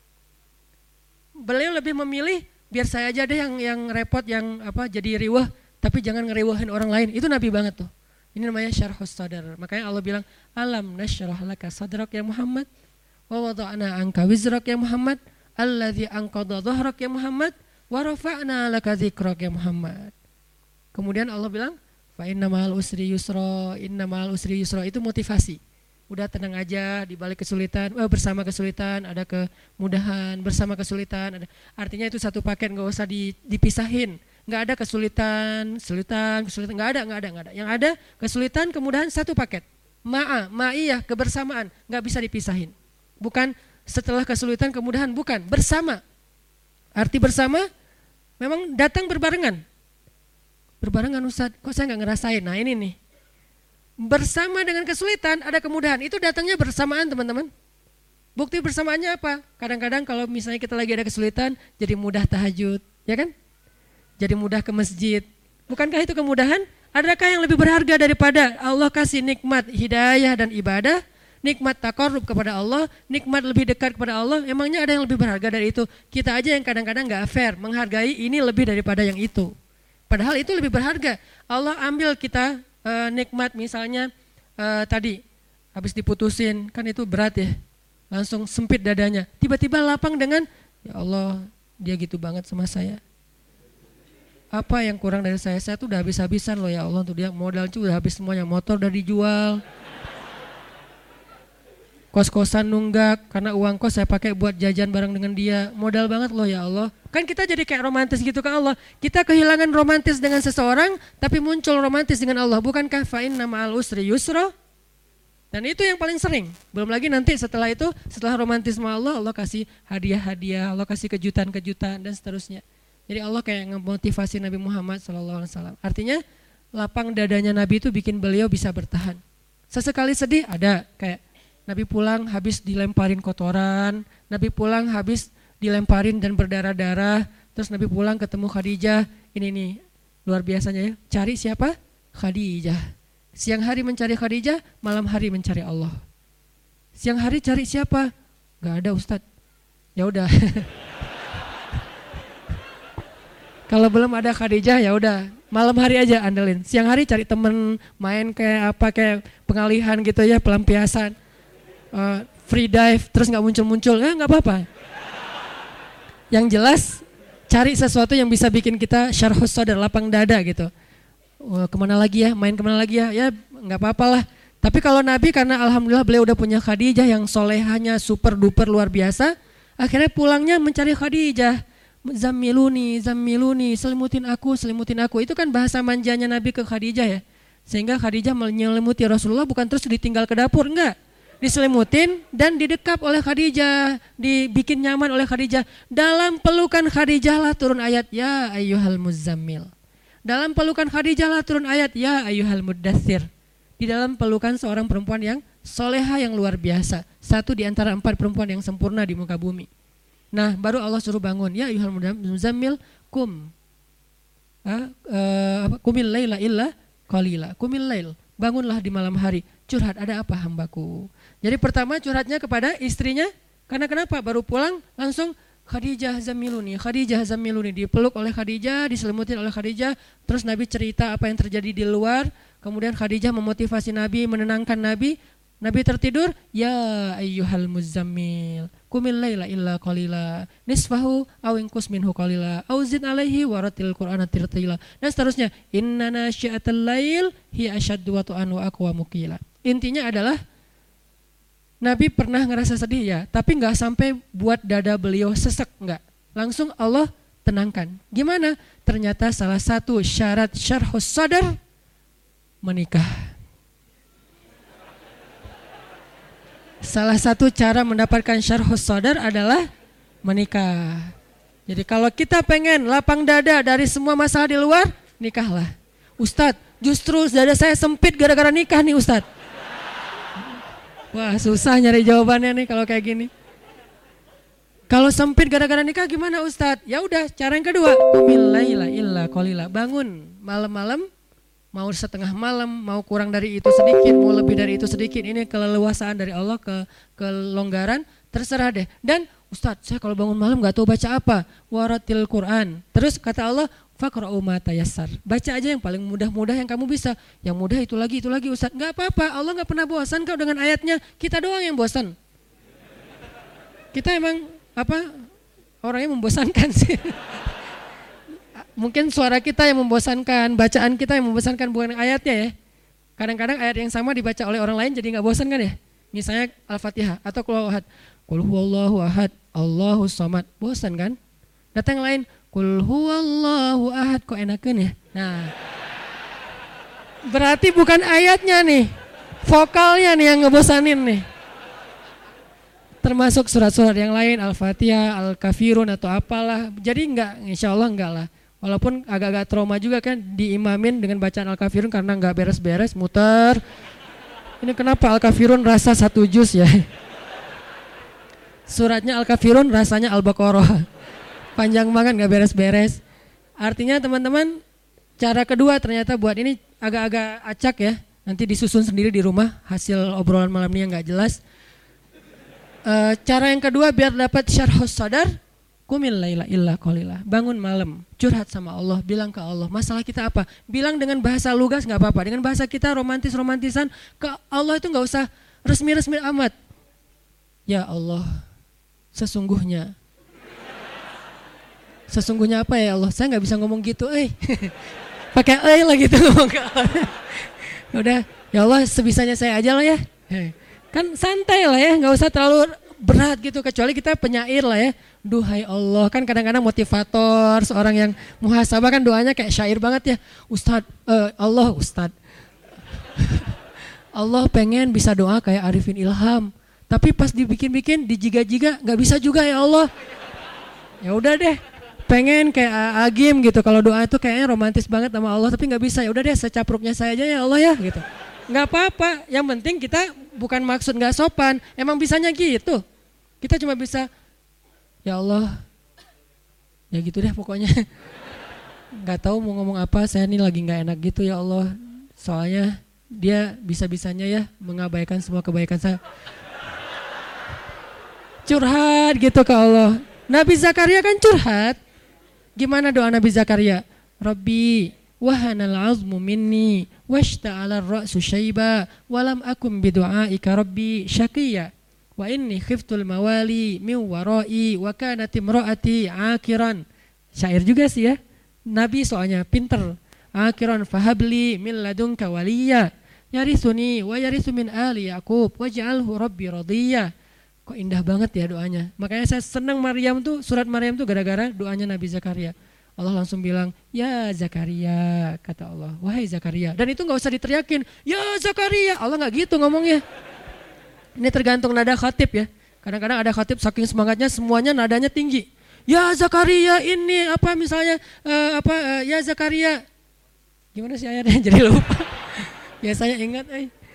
Beliau lebih memilih biar saya aja deh yang repot, yang apa jadi riwah, tapi jangan ngeriwahin orang lain. Itu Nabi banget tuh. Ini namanya syarhus sadar. Makanya Allah bilang, alam nasyrah laka sadrak ya Muhammad, wa wada'na anka wizrak ya Muhammad, alladzi anqadha dhahrak ya Muhammad, wa rafa'na laka dzikrak ya Muhammad. Kemudian Allah bilang, fa inna ma'al usri yusra, inna ma'al usri yusra. Itu motivasi. Udah tenang aja di balik kesulitan, bersama kesulitan ada kemudahan, bersama kesulitan ada. Artinya itu satu paket, nggak usah dipisahin. Nggak ada kesulitan, nggak ada. Yang ada kesulitan, kemudahan satu paket. Ma'iyah, kebersamaan, nggak bisa dipisahin. Bukan setelah kesulitan, kemudahan, bukan, bersama. Arti bersama memang datang berbarengan. Berbarengan Ustaz, kok saya nggak ngerasain? Nah ini nih. Bersama dengan kesulitan ada kemudahan, itu datangnya bersamaan teman-teman. Bukti bersamaannya apa? Kadang-kadang kalau misalnya kita lagi ada kesulitan, jadi mudah tahajud, ya kan? Jadi mudah ke masjid. Bukankah itu kemudahan? Adakah yang lebih berharga daripada Allah kasih nikmat hidayah dan ibadah, nikmat taqarrub kepada Allah, nikmat lebih dekat kepada Allah? Emangnya ada yang lebih berharga dari itu? Kita aja yang kadang-kadang gak fair, menghargai ini lebih daripada yang itu. Padahal itu lebih berharga. Allah ambil kita nikmat misalnya tadi habis diputusin, kan itu berat ya, langsung sempit dadanya. Tiba-tiba lapang dengan, ya Allah dia gitu banget sama saya. Apa yang kurang dari saya tuh udah habis-habisan loh ya Allah untuk dia, modal tuh udah habis semuanya, motor udah dijual, kos-kosan nunggak karena uang kos saya pakai buat jajan bareng dengan dia, modal banget loh ya Allah. Kan kita jadi kayak romantis gitu ke Allah. Kita kehilangan romantis dengan seseorang, tapi muncul romantis dengan Allah. Bukankah fa inna ma'al usri yusra? Dan itu yang paling sering. Belum lagi nanti setelah itu, setelah romantisme Allah, Allah kasih hadiah-hadiah, Allah kasih kejutan-kejutan dan seterusnya. Jadi Allah kayak ngemotivasi Nabi Muhammad SAW. Artinya lapang dadanya Nabi itu bikin beliau bisa bertahan. Sesekali sedih ada, kayak Nabi pulang habis dilemparin kotoran, Nabi pulang habis dilemparin dan berdarah-darah, terus Nabi pulang ketemu Khadijah. Ini nih luar biasanya ya, cari siapa? Khadijah. Siang hari mencari Khadijah, malam hari mencari Allah. Siang hari cari siapa? Gak ada Ustadz. Ya udah. Kalau belum ada Khadijah ya udah, malam hari aja andelin. Siang hari cari temen, main kayak apa, kayak pengalihan gitu ya, pelampiasan, free dive, terus nggak muncul-muncul, nggak apa-apa. Yang jelas cari sesuatu yang bisa bikin kita syarhus sadar, lapang dada gitu. Kemana lagi ya, main kemana lagi ya, ya nggak apa-apa lah. Tapi kalau Nabi karena alhamdulillah beliau udah punya Khadijah yang solehanya super duper luar biasa, akhirnya pulangnya mencari Khadijah. Zammiluni, selimutin aku. Itu kan bahasa manjanya Nabi ke Khadijah ya. Sehingga Khadijah menyelimuti Rasulullah bukan terus ditinggal ke dapur, enggak. Diselimutin dan didekap oleh Khadijah, dibikin nyaman oleh Khadijah. Dalam pelukan Khadijah lah turun ayat ya ayyuhal muzammil. Dalam pelukan Khadijah lah turun ayat ya ayyuhal muddatsir. Di dalam pelukan seorang perempuan yang soleha yang luar biasa. Satu di antara 4 perempuan yang sempurna di muka bumi. Nah baru Allah suruh bangun ya ayyuhal muzammil kumil laila illa qalila. Kumil lail, bangunlah di malam hari. Curhat, ada apa hambaku? Jadi pertama curhatnya kepada istrinya, karena kenapa? Baru pulang langsung Khadijah zamiluni, dipeluk oleh Khadijah, diselimutin oleh Khadijah. Terus Nabi cerita apa yang terjadi di luar. Kemudian Khadijah memotivasi Nabi, menenangkan Nabi. Nabi tertidur, ya ayyuhal muzammil, qumil laila illa qalila, nisfahu aw inqus minhu qalila, aw zid alaihi waratil qur'ana tartila. Dan seterusnya, inna nasyi'atal lail hiya asyaddu wat'an wa aqwamu qila. Intinya adalah Nabi pernah ngerasa sedih ya, tapi enggak sampai buat dada beliau sesek, enggak. Langsung Allah tenangkan. Gimana? Ternyata salah satu syarat syarhus sadar menikah. Salah satu cara mendapatkan syarhus sadar adalah menikah. Jadi kalau kita pengen lapang dada dari semua masalah di luar, nikahlah. Ustadz, justru dada saya sempit gara-gara nikah nih Ustadz. Wah, susah nyari jawabannya nih kalau kayak gini. Kalau sempit gara-gara nikah gimana Ustadz? Ya udah, cara yang kedua, qumil laila illa qalila. Bangun malam-malam. Mau setengah malam, mau kurang dari itu sedikit, mau lebih dari itu sedikit. Ini keleluasaan dari Allah, kelonggaran, terserah deh. Dan Ustadz, saya kalau bangun malam gak tahu baca apa. Waratil Quran. Terus kata Allah, faqra'u ma tayassar. Baca aja yang paling mudah-mudah yang kamu bisa. Yang mudah itu lagi Ustadz. Gak apa-apa, Allah gak pernah bosan kok dengan ayatnya. Kita doang yang bosan. Kita emang orangnya membosankan sih. Mungkin suara kita yang membosankan, bacaan kita yang membosankan, bukan ayatnya ya. Kadang-kadang ayat yang sama dibaca oleh orang lain jadi gak bosan kan ya. Misalnya Al-Fatihah atau Qul huwallahu ahad. Qul huwallahu ahad, Allahus samad. Bosan kan? Datang yang lain, Qul huwallahu ahad, kok enakan ya. Nah, berarti bukan ayatnya nih, vokalnya nih yang ngebosanin nih. Termasuk surat-surat yang lain, Al-Fatihah, Al-Kafirun atau apalah. Jadi insya Allah enggak lah. Walaupun agak-agak trauma juga kan diimamin dengan bacaan Al-Kafirun karena enggak beres-beres, muter. Ini kenapa Al-Kafirun rasa satu juz ya? Suratnya Al-Kafirun rasanya Al-Baqarah. Panjang banget enggak beres-beres. Artinya teman-teman, cara kedua ternyata buat ini agak-agak acak ya. Nanti disusun sendiri di rumah hasil obrolan malam ini yang enggak jelas. Cara yang kedua biar dapat syarhus sadar, qumil laila illa qalila. Bangun malam, curhat sama Allah, bilang ke Allah, masalah kita apa? Bilang dengan bahasa lugas enggak apa-apa, dengan bahasa kita romantis-romantisan ke Allah itu enggak usah resmi-resmi amat. Ya Allah, sesungguhnya apa ya Allah? Saya enggak bisa ngomong gitu, pakai lah gitu ngomong ke Allah. Udah, ya Allah sebisanya saya aja lah ya. Kan santai lah ya, nggak usah terlalu berat gitu, kecuali kita penyair lah ya. Duhai Allah, kan kadang-kadang motivator, seorang yang muhasabah kan doanya kayak syair banget ya. Ustadz Allah pengen bisa doa kayak Arifin Ilham, tapi pas dibikin-bikin, dijiga-jiga nggak bisa juga ya Allah. Ya udah deh, pengen kayak Agim gitu, kalau doa itu kayaknya romantis banget sama Allah, tapi nggak bisa. Ya udah deh, secapruknya saya aja ya Allah ya gitu. Nggak apa-apa, yang penting kita bukan maksud nggak sopan, emang bisanya gitu. Kita cuma bisa, ya Allah, ya gitu deh pokoknya. Nggak tahu mau ngomong apa, saya ini lagi nggak enak gitu ya Allah. Soalnya dia bisa-bisanya ya mengabaikan semua kebaikan saya. Curhat gitu ke Allah. Nabi Zakaria kan curhat. Gimana doa Nabi Zakaria? Rabbi wahanal azmu minni washta'ala ar-ra'su syaiba walam akum bidu'aika rabbi syaqiyya wa inni khiftul mawali min wara'i wa kanat imra'ati akiran. Syair juga sih ya. Nabi soalnya pinter. Akiran fahabli min ladunka waliyya yarithuni wa yarithu min ali Yaqub waj'alhu rabbi radiyya. Kok indah banget ya doanya. Makanya saya senang surat Maryam tuh gara-gara doanya Nabi Zakaria. Allah langsung bilang, ya Zakaria, kata Allah, wahai Zakaria. Dan itu gak usah diteriakin, ya Zakaria. Allah gak gitu ngomongnya. Ini tergantung nada khatib ya. Kadang-kadang ada khatib saking semangatnya semuanya nadanya tinggi. Ya Zakaria ini apa misalnya, ya Zakaria. Gimana sih ayatnya, jadi lupa. Biasanya ingat,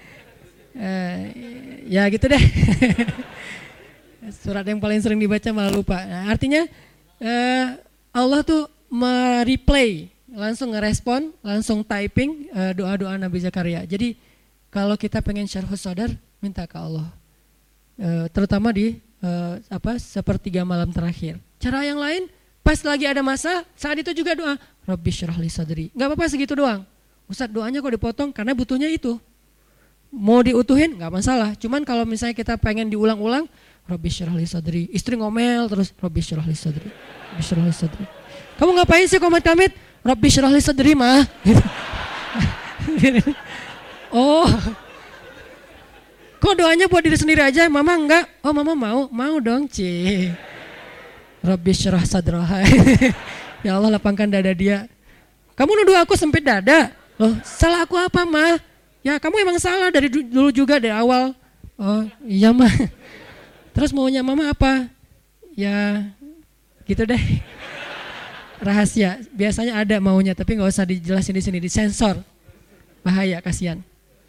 ya gitu deh. Surat yang paling sering dibaca malah lupa. Nah, artinya Allah tuh mereplay, langsung ngerespon, langsung typing doa-doa Nabi Zakaria. Jadi kalau kita pengen syarhus sadar, minta ke Allah. Terutama di sepertiga malam terakhir. Cara yang lain, pas lagi ada masa, saat itu juga doa. Rabbi syrah li sadri. Gak apa-apa segitu doang. Ustadz doanya kok dipotong karena butuhnya itu. Mau diutuhin gak masalah. Cuman kalau misalnya kita pengen diulang-ulang, Rabbi syrah li sadri. Istri ngomel terus, Rabbi syrah li sadri. Rabbi syrah li sadri. Kamu ngapain sih komat-kamit? Rabbi syrah li sadri mah. Oh, kok doanya buat diri sendiri aja, mama enggak? Oh mama mau dong cie. Rabbi syrah sadraha. Ya Allah lapangkan dada dia. Kamu nuduh aku sempit dada? Loh salah aku apa mah? Ya kamu emang salah dari dulu juga dari awal. Oh iya mah. Terus maunya mama apa? Ya gitu deh. Rahasia, biasanya ada maunya tapi gak usah dijelasin di sini, disensor. Bahaya, kasihan.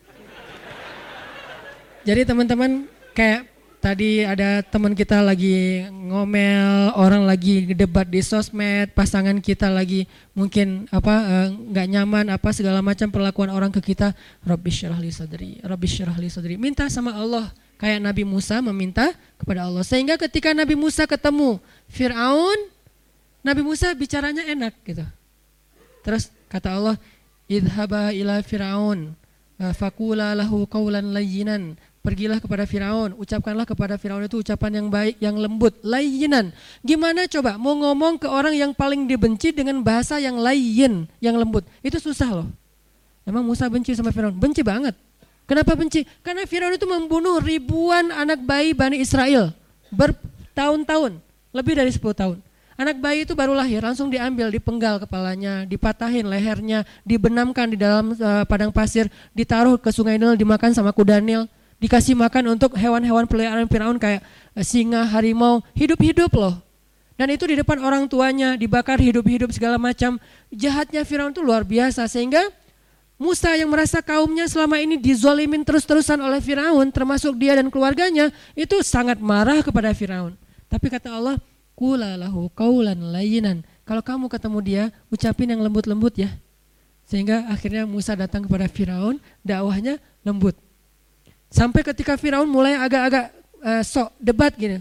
Jadi teman-teman kayak tadi ada teman kita lagi ngomel, orang lagi debat di sosmed, pasangan kita lagi mungkin nggak nyaman segala macam perlakuan orang ke kita. Rabbi syrah li sadri, Rabbi syrah li sadri. Minta sama Allah kayak Nabi Musa meminta kepada Allah. Sehingga ketika Nabi Musa ketemu Fir'aun, Nabi Musa bicaranya enak gitu. Terus kata Allah, idhaba ila Fir'aun faqula lahu qawlan layyinan. Pergilah kepada Firaun, ucapkanlah kepada Firaun itu ucapan yang baik, yang lembut, layyinan. Gimana coba mau ngomong ke orang yang paling dibenci dengan bahasa yang layyin, yang lembut. Itu susah loh. Emang Musa benci sama Firaun? Benci banget. Kenapa benci? Karena Firaun itu membunuh ribuan anak bayi Bani Israel bertahun-tahun, lebih dari 10 tahun. Anak bayi itu baru lahir, langsung diambil, dipenggal kepalanya, dipatahin lehernya, dibenamkan di dalam padang pasir, ditaruh ke sungai Nil, dimakan sama kuda Nil. Dikasih makan untuk hewan-hewan peliharaan Firaun kayak singa, harimau, hidup-hidup loh. Dan itu di depan orang tuanya, dibakar hidup-hidup segala macam. Jahatnya Firaun itu luar biasa sehingga Musa yang merasa kaumnya selama ini dizolimin terus-terusan oleh Firaun, termasuk dia dan keluarganya, itu sangat marah kepada Firaun. Tapi kata Allah, qula lahu qawlan layyinan. Kalau kamu ketemu dia, ucapin yang lembut-lembut ya. Sehingga akhirnya Musa datang kepada Firaun, dakwahnya lembut. Sampai ketika Firaun mulai agak-agak sok debat gini,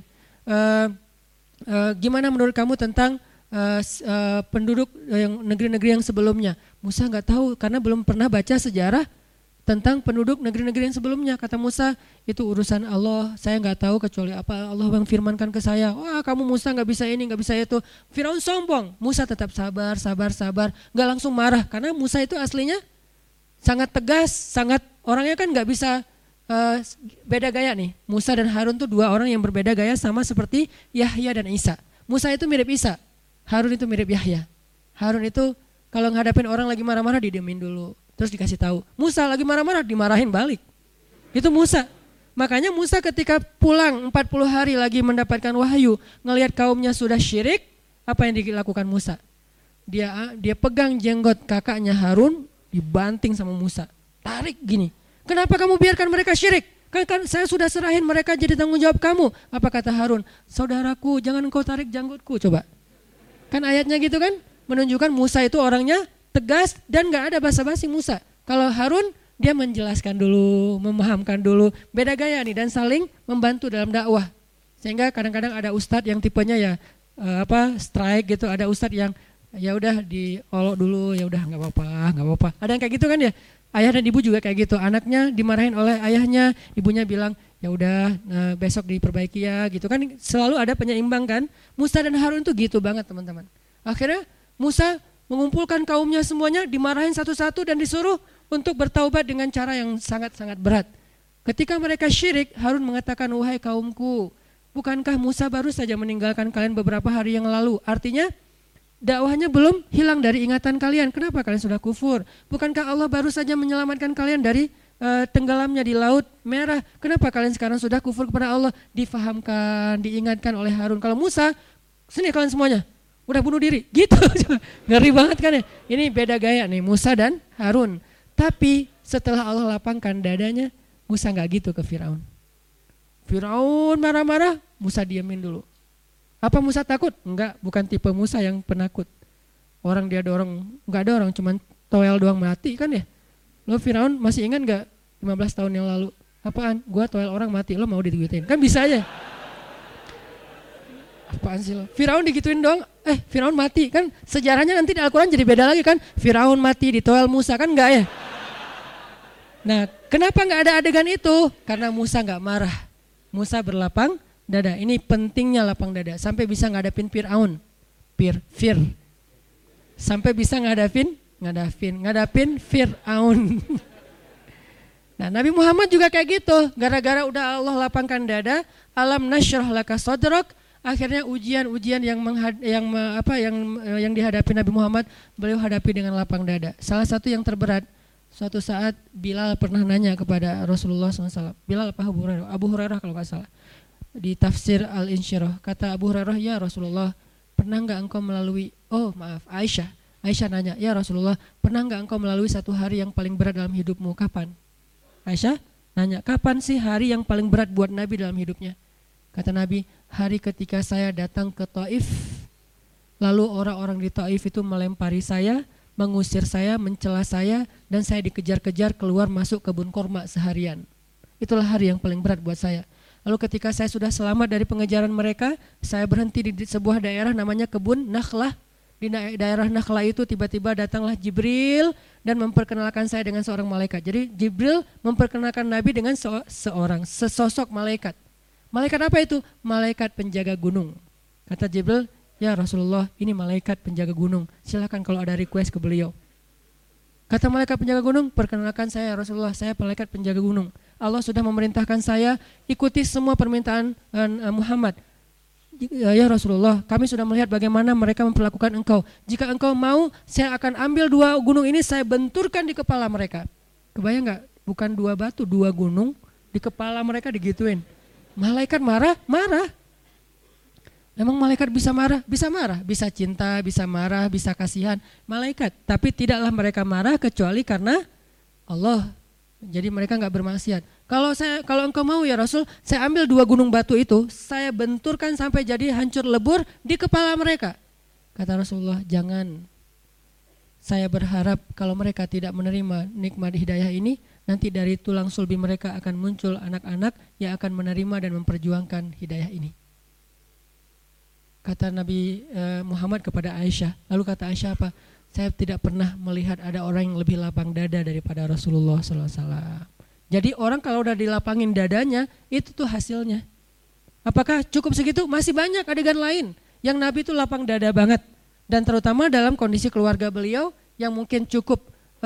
gimana menurut kamu tentang penduduk yang negeri-negeri yang sebelumnya? Musa nggak tahu karena belum pernah baca sejarah tentang penduduk negeri-negeri yang sebelumnya. Kata Musa, itu urusan Allah, saya nggak tahu kecuali apa Allah yang firmankan ke saya. Wah kamu Musa nggak bisa ini, nggak bisa itu. Firaun sombong, Musa tetap sabar, nggak langsung marah karena Musa itu aslinya sangat tegas, sangat orangnya kan nggak bisa. Beda gaya nih, Musa dan Harun tuh dua orang yang berbeda gaya sama seperti Yahya dan Isa. Musa itu mirip Isa, Harun itu mirip Yahya. Harun itu kalau ngadapin orang lagi marah-marah didiemin dulu, terus dikasih tahu. Musa lagi marah-marah dimarahin balik. Itu Musa. Makanya Musa ketika pulang 40 hari lagi mendapatkan wahyu, ngelihat kaumnya sudah syirik, apa yang dilakukan Musa? Dia pegang jenggot kakaknya Harun, dibanting sama Musa. Tarik gini. Kenapa kamu biarkan mereka syirik? Kan saya sudah serahin mereka jadi tanggung jawab kamu. Apa kata Harun? Saudaraku, jangan engkau tarik janggutku, coba. Kan ayatnya gitu kan? Menunjukkan Musa itu orangnya tegas dan gak ada basa-basi Musa. Kalau Harun, dia menjelaskan dulu, memahamkan dulu. Beda gaya nih dan saling membantu dalam dakwah. Sehingga kadang-kadang ada ustadz yang tipenya ya strike gitu. Ada ustadz yang ya udah diolok dulu, ya udah nggak apa-apa. Ada yang kayak gitu kan ya? Ayah dan ibu juga kayak gitu, anaknya dimarahin oleh ayahnya, ibunya bilang ya udah besok diperbaiki ya gitu kan, selalu ada penyeimbang kan. Musa dan Harun tuh gitu banget teman-teman. Akhirnya Musa mengumpulkan kaumnya semuanya, dimarahin satu-satu dan disuruh untuk bertaubat dengan cara yang sangat-sangat berat. Ketika mereka syirik, Harun mengatakan, wahai kaumku, bukankah Musa baru saja meninggalkan kalian beberapa hari yang lalu? Artinya dakwahnya belum hilang dari ingatan kalian. Kenapa kalian sudah kufur? Bukankah Allah baru saja menyelamatkan kalian dari tenggelamnya di Laut Merah? Kenapa kalian sekarang sudah kufur kepada Allah? Difahamkan, diingatkan oleh Harun. Kalau Musa, sini kalian semuanya, udah bunuh diri. Gitu. Ngeri banget kan ya. Ini beda gaya nih Musa dan Harun. Tapi setelah Allah lapangkan dadanya, Musa gak gitu ke Firaun. Firaun marah-marah, Musa diamin dulu. Apa Musa takut? Enggak, bukan tipe Musa yang penakut. Orang dia dorong, enggak ada orang, cuman toel doang mati kan ya. Lo Firaun masih ingat enggak 15 tahun yang lalu? Apaan? Gua toel orang mati, lo mau diduitin? Kan bisa aja. Apaan sih lo? Firaun digituin dong. Firaun mati kan, sejarahnya nanti di Al-Quran jadi beda lagi kan. Firaun mati ditoel Musa kan, enggak ya? Nah, kenapa enggak ada adegan itu? Karena Musa enggak marah. Musa berlapang dada. Ini pentingnya lapang dada. Sampai bisa ngadapin Firaun. Fir. Sampai bisa ngadapin Firaun. Nah, Nabi Muhammad juga kayak gitu. Gara-gara udah Allah lapangkan dada, alam nasyrah laka sadrak, akhirnya ujian-ujian yang dihadapi Nabi Muhammad, beliau hadapi dengan lapang dada. Salah satu yang terberat, suatu saat Bilal pernah nanya kepada Rasulullah SAW. Bilal apa Abu Hurairah kalau nggak salah. Di tafsir Al-Insyirah, kata Abu Hurairah, ya Rasulullah, pernah nggak engkau melalui, Aisyah nanya, ya Rasulullah, pernah nggak engkau melalui satu hari yang paling berat dalam hidupmu, kapan? Aisyah nanya, kapan sih hari yang paling berat buat Nabi dalam hidupnya? Kata Nabi, hari ketika saya datang ke Taif, lalu orang-orang di Taif itu melempari saya, mengusir saya, mencela saya, dan saya dikejar-kejar keluar masuk kebun kurma seharian. Itulah hari yang paling berat buat saya. Lalu ketika saya sudah selamat dari pengejaran mereka, saya berhenti di sebuah daerah namanya kebun Nakhlah. Di daerah Nakhlah itu tiba-tiba datanglah Jibril dan memperkenalkan saya dengan seorang malaikat. Jadi Jibril memperkenalkan Nabi dengan sesosok malaikat. Malaikat apa itu? Malaikat penjaga gunung. Kata Jibril, ya Rasulullah, ini malaikat penjaga gunung. Silakan kalau ada request ke beliau. Kata malaikat penjaga gunung, perkenalkan saya Rasulullah, saya malaikat penjaga gunung. Allah sudah memerintahkan saya ikuti semua permintaan Muhammad. Ya Rasulullah, kami sudah melihat bagaimana mereka memperlakukan engkau. Jika engkau mau, saya akan ambil 2 gunung ini, saya benturkan di kepala mereka. Kebayang gak? Bukan 2 batu, 2 gunung di kepala mereka digituin. Malaikat marah. Memang malaikat bisa marah? Bisa marah, bisa cinta, bisa marah, bisa kasihan. Malaikat, tapi tidaklah mereka marah kecuali karena Allah. Jadi mereka nggak bermaksiat. Kalau engkau mau ya Rasul, saya ambil 2 gunung batu itu, saya benturkan sampai jadi hancur lebur di kepala mereka. Kata Rasulullah, jangan. Saya berharap kalau mereka tidak menerima nikmat hidayah ini, nanti dari tulang sulbi mereka akan muncul anak-anak yang akan menerima dan memperjuangkan hidayah ini. Kata Nabi Muhammad kepada Aisyah. Lalu kata Aisyah apa? Saya tidak pernah melihat ada orang yang lebih lapang dada daripada Rasulullah SAW. Jadi orang kalau udah dilapangin dadanya, itu tuh hasilnya. Apakah cukup segitu? Masih banyak adegan lain yang Nabi itu lapang dada banget. Dan terutama dalam kondisi keluarga beliau yang mungkin cukup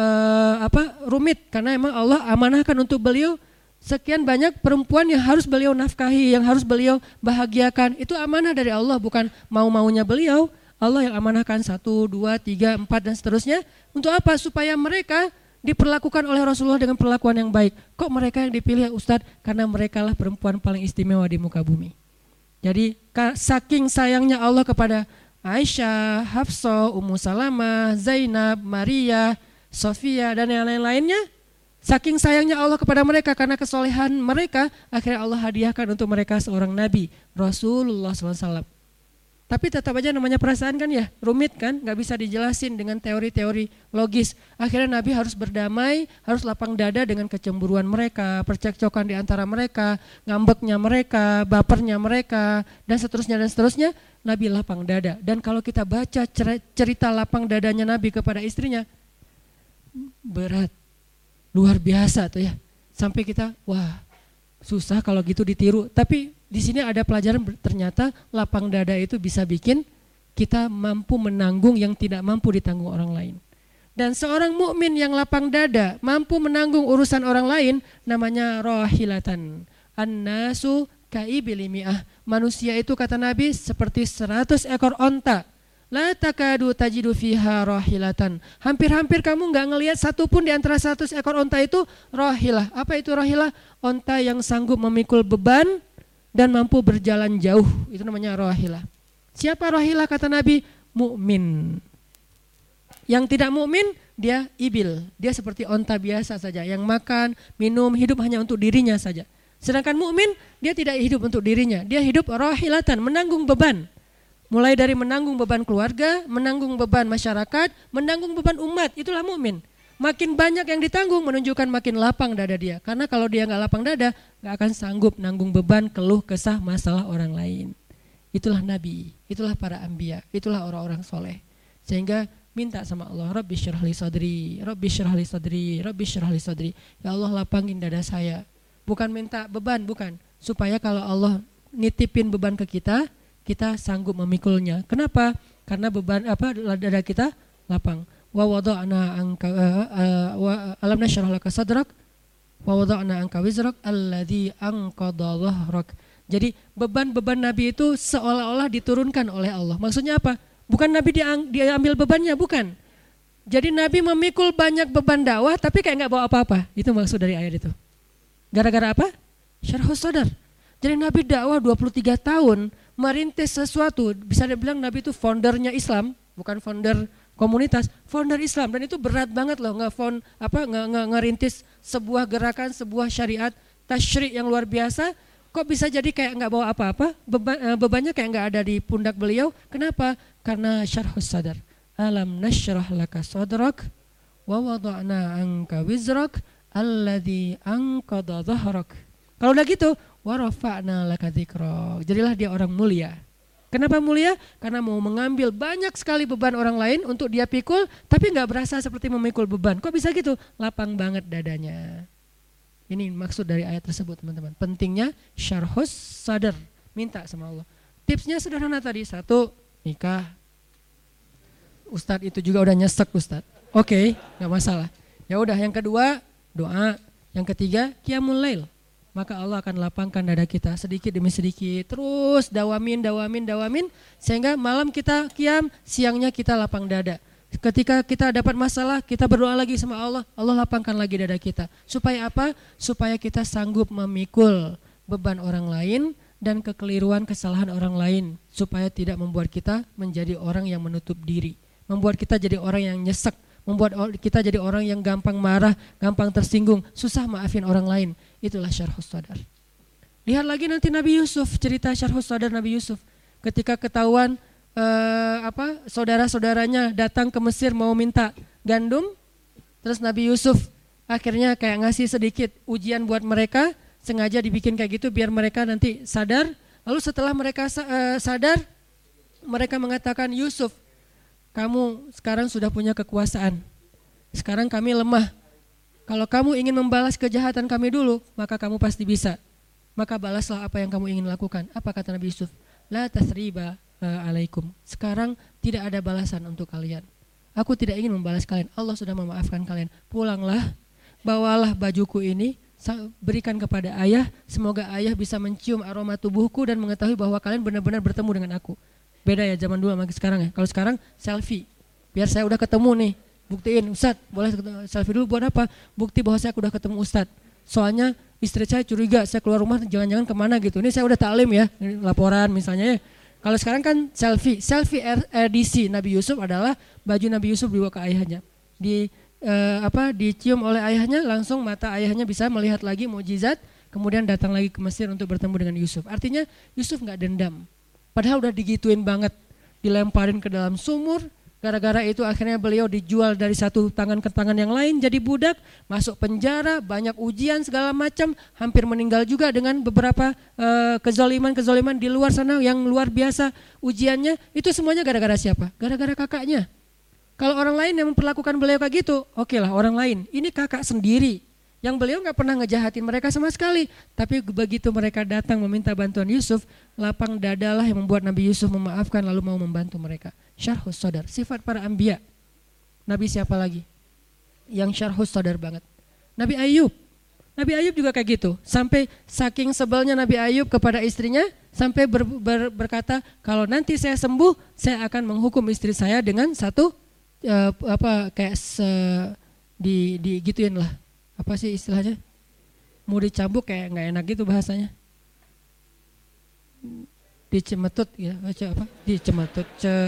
rumit. Karena emang Allah amanahkan untuk beliau sekian banyak perempuan yang harus beliau nafkahi, yang harus beliau bahagiakan. Itu amanah dari Allah, bukan mau-maunya beliau. Allah yang amanahkan 1, 2, 3, 4 dan seterusnya. Untuk apa? Supaya mereka diperlakukan oleh Rasulullah dengan perlakuan yang baik. Kok mereka yang dipilih ya Ustadz? Karena mereka lah perempuan paling istimewa di muka bumi. Jadi saking sayangnya Allah kepada Aisyah, Hafsah, Ummu Salamah, Zainab, Maria, Sofia dan yang lain-lainnya. Saking sayangnya Allah kepada mereka karena kesolehan mereka, akhirnya Allah hadiahkan untuk mereka seorang Nabi, Rasulullah SAW. Tapi tetap aja namanya perasaan kan ya, rumit kan, gak bisa dijelasin dengan teori-teori logis. Akhirnya Nabi harus berdamai, harus lapang dada dengan kecemburuan mereka, percekcokan di antara mereka, ngambeknya mereka, bapernya mereka, dan seterusnya. Nabi lapang dada. Dan kalau kita baca cerita lapang dadanya Nabi kepada istrinya, berat, luar biasa tuh ya. Sampai kita, wah susah kalau gitu ditiru. Tapi di sini ada pelajaran, ternyata lapang dada itu bisa bikin kita mampu menanggung yang tidak mampu ditanggung orang lain. Dan seorang mukmin yang lapang dada mampu menanggung urusan orang lain namanya rohilatan. An-nasu kaibilimi'ah. Manusia itu kata Nabi seperti 100 ekor onta. La takadu tajidu fiha rohilatan. Hampir-hampir kamu gak ngelihat satupun di antara 100 ekor onta itu rohilah. Apa itu rohilah? Onta yang sanggup memikul beban dan mampu berjalan jauh, itu namanya rohilah. Siapa rohilah kata Nabi? Mukmin. Yang tidak mukmin dia ibil, dia seperti onta biasa saja yang makan, minum, hidup hanya untuk dirinya saja. Sedangkan mukmin dia tidak hidup untuk dirinya, dia hidup rohilatan, menanggung beban. Mulai dari menanggung beban keluarga, menanggung beban masyarakat, menanggung beban umat, itulah mukmin. Makin banyak yang ditanggung menunjukkan makin lapang dada dia. Karena kalau dia gak lapang dada, gak akan sanggup nanggung beban, keluh, kesah, masalah orang lain. Itulah nabi, itulah para anbiya, itulah orang-orang soleh. Sehingga minta sama Allah, Rabbi syrah li sadri, Rabbi syrah li sadri, Rabbi syrah li sadri. Ya Allah, lapangin dada saya. Bukan minta beban, bukan. Supaya kalau Allah nitipin beban ke kita, kita sanggup memikulnya. Kenapa? Karena beban dada kita lapang. Wa wada'na anka alam nashrah laka sadrak wa wada'na anka wizrak alladzi anqadha dhahrak. Jadi beban-beban Nabi itu seolah-olah diturunkan oleh Allah. Maksudnya apa? Bukan Nabi diambil bebannya, bukan. Jadi Nabi memikul banyak beban dakwah tapi kayak nggak bawa apa-apa. Itu maksud dari ayat itu. Gara-gara apa? Syarhus sadar. Jadi Nabi dakwah 23 tahun merintis sesuatu. Bisa dibilang Nabi itu foundernya Islam, bukan founder komunitas, founder Islam. Dan itu berat banget loh, ngerintis sebuah gerakan, sebuah syariat, tasyri' yang luar biasa. Kok bisa jadi kayak nggak bawa apa-apa? Bebannya kayak nggak ada di pundak beliau. Kenapa? Karena syarhus sadar. Alam nashrah laka sadrak wa wada'na anka wizrak alladzi anqadha dhahrak. Kalau udah gitu, wa rafa'na laka dzikrak. Jadilah dia orang mulia. Kenapa mulia? Karena mau mengambil banyak sekali beban orang lain untuk dia pikul, tapi nggak berasa seperti memikul beban. Kok bisa gitu? Lapang banget dadanya. Ini maksud dari ayat tersebut, teman-teman. Pentingnya syarhus sadar, minta sama Allah. Tipsnya sederhana tadi, 1, nikah. Ustadz itu juga udah nyesek, Ustadz. Oke, nggak masalah. Ya udah, yang kedua doa, yang ketiga qiyamul lail. Maka Allah akan lapangkan dada kita sedikit demi sedikit, terus dawamin, sehingga malam kita qiyam, siangnya kita lapang dada. Ketika kita dapat masalah, kita berdoa lagi sama Allah, Allah lapangkan lagi dada kita. Supaya apa? Supaya kita sanggup memikul beban orang lain dan kekeliruan, kesalahan orang lain. Supaya tidak membuat kita menjadi orang yang menutup diri, membuat kita jadi orang yang nyesek, membuat kita jadi orang yang gampang marah, gampang tersinggung, susah maafin orang lain. Itulah syarhus sadar. Lihat lagi nanti Nabi Yusuf, cerita syarhus sadar Nabi Yusuf. Ketika ketahuan saudara-saudaranya datang ke Mesir mau minta gandum, terus Nabi Yusuf akhirnya kayak ngasih sedikit ujian buat mereka, sengaja dibikin kayak gitu biar mereka nanti sadar. Lalu setelah mereka sadar, mereka mengatakan, Yusuf, kamu sekarang sudah punya kekuasaan, sekarang kami lemah. Kalau kamu ingin membalas kejahatan kami dulu, maka kamu pasti bisa. Maka balaslah apa yang kamu ingin lakukan. Apa kata Nabi Yusuf? La tasriba alaikum. Sekarang tidak ada balasan untuk kalian. Aku tidak ingin membalas kalian. Allah sudah memaafkan kalian. Pulanglah, bawalah bajuku ini, berikan kepada ayah. Semoga ayah bisa mencium aroma tubuhku dan mengetahui bahwa kalian benar-benar bertemu dengan aku. Beda ya zaman dulu sama sekarang ya. Kalau sekarang selfie. Biar saya udah ketemu nih. Buktiin, Ustadz, boleh selfie dulu buat apa? Bukti bahwa saya udah ketemu Ustadz. Soalnya istri saya curiga, saya keluar rumah jangan-jangan kemana gitu. Ini saya udah taklim ya, ini laporan misalnya ya. Kalau sekarang kan selfie edisi Nabi Yusuf adalah baju Nabi Yusuf dibawa ke ayahnya. Dicium oleh ayahnya, langsung mata ayahnya bisa melihat lagi mukjizat, kemudian datang lagi ke Mesir untuk bertemu dengan Yusuf. Artinya Yusuf nggak dendam. Padahal udah digituin banget, dilemparin ke dalam sumur. Gara-gara itu akhirnya beliau dijual dari satu tangan ke tangan yang lain, jadi budak, masuk penjara, banyak ujian segala macam, hampir meninggal juga dengan beberapa kezaliman di luar sana yang luar biasa ujiannya. Itu semuanya gara-gara siapa? Gara-gara kakaknya. Kalau orang lain yang memperlakukan beliau kayak gitu, oke lah orang lain. Ini kakak sendiri yang beliau nggak pernah ngejahatin mereka sama sekali. Tapi begitu mereka datang meminta bantuan Yusuf, lapang dadalah yang membuat Nabi Yusuf memaafkan lalu mau membantu mereka. Syarhus sadar, sifat para anbiya. Nabi siapa lagi yang syarhus sadar banget? Nabi Ayub. Nabi Ayub juga kayak gitu. Sampai saking sebelnya Nabi Ayub kepada istrinya, sampai berkata, kalau nanti saya sembuh, saya akan menghukum istri saya dengan satu digituin lah. Apa sih istilahnya? Mau dicambuk kayak nggak enak gitu bahasanya. Dicemetut ya, apa? Dicemetut,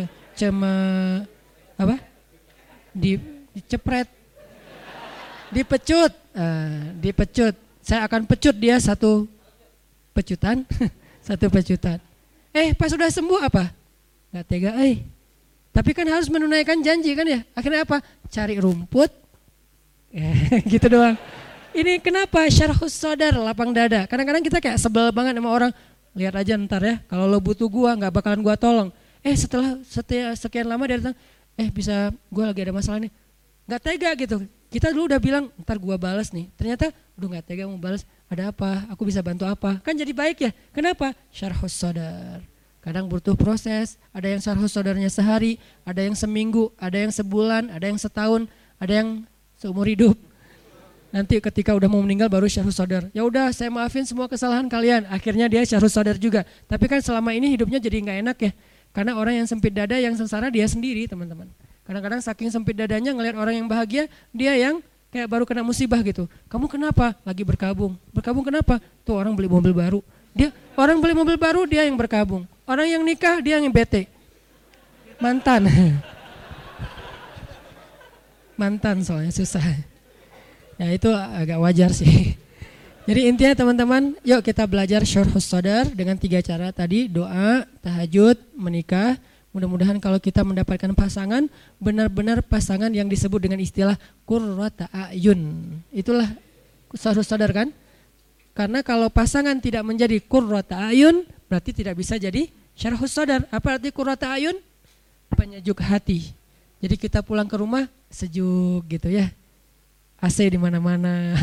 dicepret, dipecut, dipecut. Saya akan pecut dia satu pecutan, satu pecutan. Pas sudah sembuh apa? Nggak tega, Tapi kan harus menunaikan janji kan ya. Akhirnya apa? Cari rumput, gitu doang. Ini kenapa syarhus sadar, lapang dada. Kadang-kadang kita kayak sebel banget sama orang, lihat aja ntar ya. Kalau lo butuh gua nggak bakalan gua tolong. Setelah sekian lama dia datang, bisa gua lagi ada masalah nih. Nggak tega gitu. Kita dulu udah bilang ntar gua balas nih. Ternyata udah nggak tega mau balas. Ada apa? Aku bisa bantu apa? Kan jadi baik ya. Kenapa? Syarhus sadar. Kadang butuh proses. Ada yang syarhus sadarnya sehari, ada yang seminggu, ada yang sebulan, ada yang setahun, ada yang seumur hidup. Nanti ketika udah mau meninggal baru syarhus sadar. Ya udah saya maafin semua kesalahan kalian. Akhirnya dia syarhus sadar juga. Tapi kan selama ini hidupnya jadi nggak enak ya. Karena orang yang sempit dada yang sengsara dia sendiri teman-teman. Kadang-kadang saking sempit dadanya ngelihat orang yang bahagia, dia yang kayak baru kena musibah gitu. Kamu kenapa? Lagi berkabung. Berkabung kenapa? Tuh orang beli mobil baru. Orang beli mobil baru dia yang berkabung. Orang yang nikah dia yang bete. Mantan. Mantan soalnya susah. Ya itu agak wajar sih. Jadi intinya teman-teman, yuk kita belajar syarhus sadar dengan 3 cara tadi, doa, tahajud, menikah. Mudah-mudahan kalau kita mendapatkan pasangan, benar-benar pasangan yang disebut dengan istilah qurrata a'yun. Itulah syarhus sadar kan? Karena kalau pasangan tidak menjadi qurrata a'yun, berarti tidak bisa jadi syarhus sadar. Apa arti qurrata a'yun? Penyejuk hati. Jadi kita pulang ke rumah sejuk gitu ya. AC di mana-mana.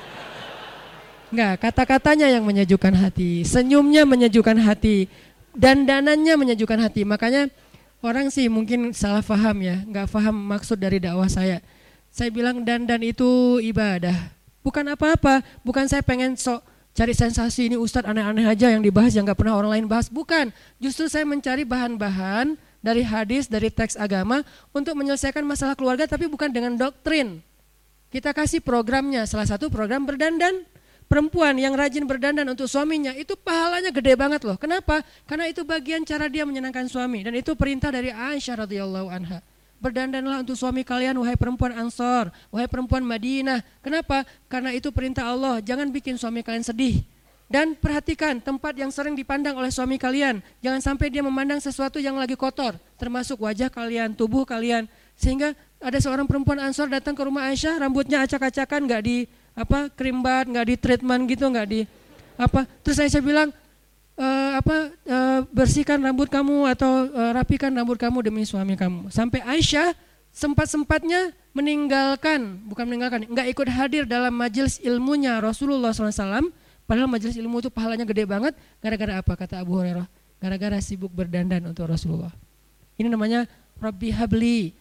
Enggak, kata-katanya yang menyejukkan hati, senyumnya menyejukkan hati, dandanannya menyejukkan hati. Makanya orang sih mungkin salah paham ya, enggak paham maksud dari dakwah saya. Saya bilang dandan itu ibadah. Bukan apa-apa, bukan saya pengen sok cari sensasi ini Ustadz aneh-aneh aja yang dibahas yang enggak pernah orang lain bahas. Bukan, justru saya mencari bahan-bahan dari hadis, dari teks agama untuk menyelesaikan masalah keluarga tapi bukan dengan doktrin. Kita kasih programnya, salah satu program berdandan. Perempuan yang rajin berdandan untuk suaminya itu pahalanya gede banget loh. Kenapa? Karena itu bagian cara dia menyenangkan suami. Dan itu perintah dari Aisyah radhiyallahu anha. Berdandanlah untuk suami kalian wahai perempuan Ansor, wahai perempuan Madinah. Kenapa? Karena itu perintah Allah. Jangan bikin suami kalian sedih. Dan perhatikan tempat yang sering dipandang oleh suami kalian. Jangan sampai dia memandang sesuatu yang lagi kotor. Termasuk wajah kalian, tubuh kalian. Sehingga ada seorang perempuan Ansor datang ke rumah Aisyah, rambutnya acak-acakan, gak di krimbat, nggak di treatment gitu, nggak di terus saya bilang bersihkan rambut kamu atau rapikan rambut kamu demi suami kamu. Sampai Aisyah sempat-sempatnya nggak ikut hadir dalam majelis ilmunya Rasulullah SAW. Padahal majelis ilmu itu pahalanya gede banget. Gara-gara apa? Kata Abu Hurairah, gara-gara sibuk berdandan untuk Rasulullah. Ini namanya Rabbi habli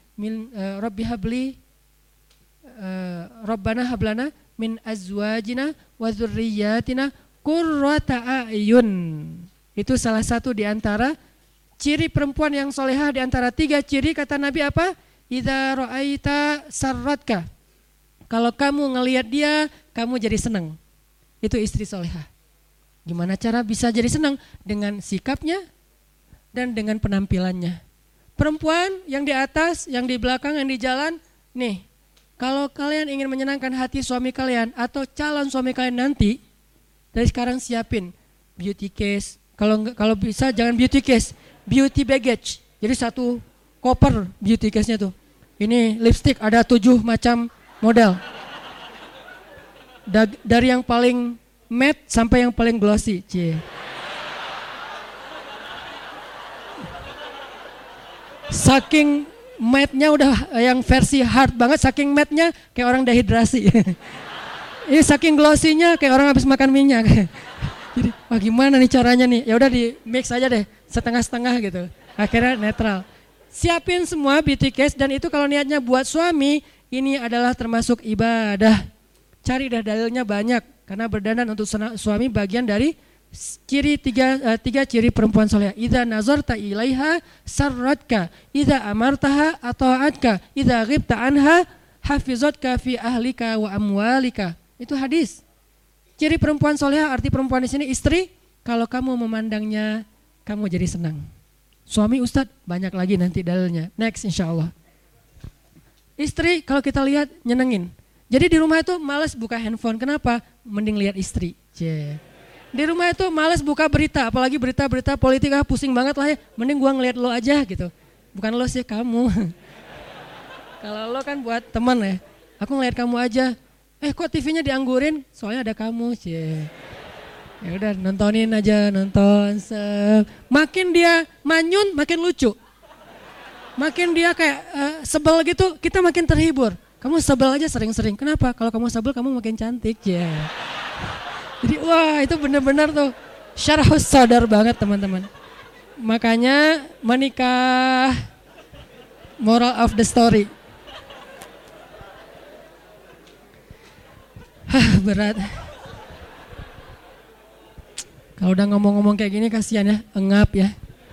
Rabbana hablana min azwajina wa dzurriyyatina qurrata a'yun. Itu salah satu di antara ciri perempuan yang solehah, di antara 3 ciri kata Nabi apa? Idza ra'aita sarratka. Kalau kamu ngelihat dia, kamu jadi senang. Itu istri solehah. Gimana cara bisa jadi senang? Dengan sikapnya dan dengan penampilannya. Perempuan yang di atas, yang di belakang, yang di jalan, nih. Kalau kalian ingin menyenangkan hati suami kalian atau calon suami kalian nanti, dari sekarang siapin beauty case. Kalau bisa jangan beauty case, beauty baggage. Jadi satu koper beauty case-nya tuh. Ini lipstick ada 7 macam model. Dari yang paling matte sampai yang paling glossy. Saking matte-nya udah yang versi hard banget, saking matte-nya kayak orang dehidrasi. Ini saking glossy-nya kayak orang habis makan minyak. Jadi, wah gimana nih caranya nih? Ya udah di mix aja deh, setengah-setengah gitu. Akhirnya netral. Siapin semua beauty case dan itu kalau niatnya buat suami, ini adalah termasuk ibadah. Cari dah dalilnya banyak karena berdandan untuk suami bagian dari ciri tiga ciri perempuan soleh. Idza nazarta ilaiha sarratka, idza amartaha ata'atka, idza ghibta anha hafizatka fi ahlika wa amwalika. Itu hadis. Ciri perempuan soleh, arti perempuan di sini istri, kalau kamu memandangnya kamu jadi senang. Suami Ustadz banyak lagi nanti dalilnya. Next insyaallah. Istri kalau kita lihat nyenengin. Jadi di rumah itu malas buka handphone. Kenapa? Mending lihat istri. Di rumah itu malas buka berita, apalagi berita-berita politik, pusing banget lah ya. Mending gua ngeliat lo aja gitu. Bukan lo sih, kamu. Kalau lo kan buat teman ya. Aku ngeliat kamu aja. Kok TV-nya dianggurin? Soalnya ada kamu. Ya udah nontonin aja, nonton. Makin dia manyun makin lucu. Makin dia kayak sebel gitu, kita makin terhibur. Kamu sebel aja sering-sering. Kenapa? Kalau kamu sebel kamu makin cantik. Ya. Yeah. Jadi wah itu benar-benar tuh syarhus sadar banget teman-teman. Makanya menikah, moral of the story. Berat. Kalau udah ngomong-ngomong kayak gini kasihan ya, engap ya.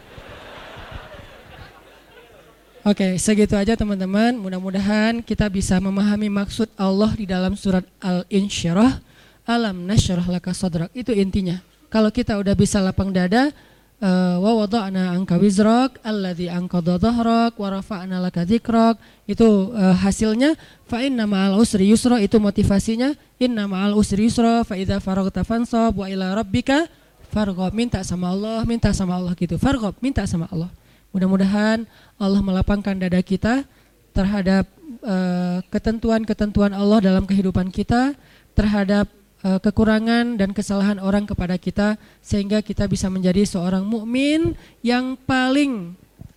Oke, segitu aja teman-teman. Mudah-mudahan kita bisa memahami maksud Allah di dalam surat Al-Insyirah. Alam nasyrah laka sadrak. Itu intinya. Kalau kita udah bisa lapang dada, wa wada'na anka wizrak alladzi anqadha dhahrak wa rafa'na laka dzikrak, itu hasilnya fa inna ma'al usri yusra, itu motivasinya inna ma'al usri yusra fa idza faraghta fansab wa ila rabbika farghab. Minta sama Allah gitu. Farghab, minta sama Allah. Mudah-mudahan Allah melapangkan dada kita terhadap ketentuan-ketentuan Allah dalam kehidupan kita, terhadap kekurangan dan kesalahan orang kepada kita, sehingga kita bisa menjadi seorang mukmin yang paling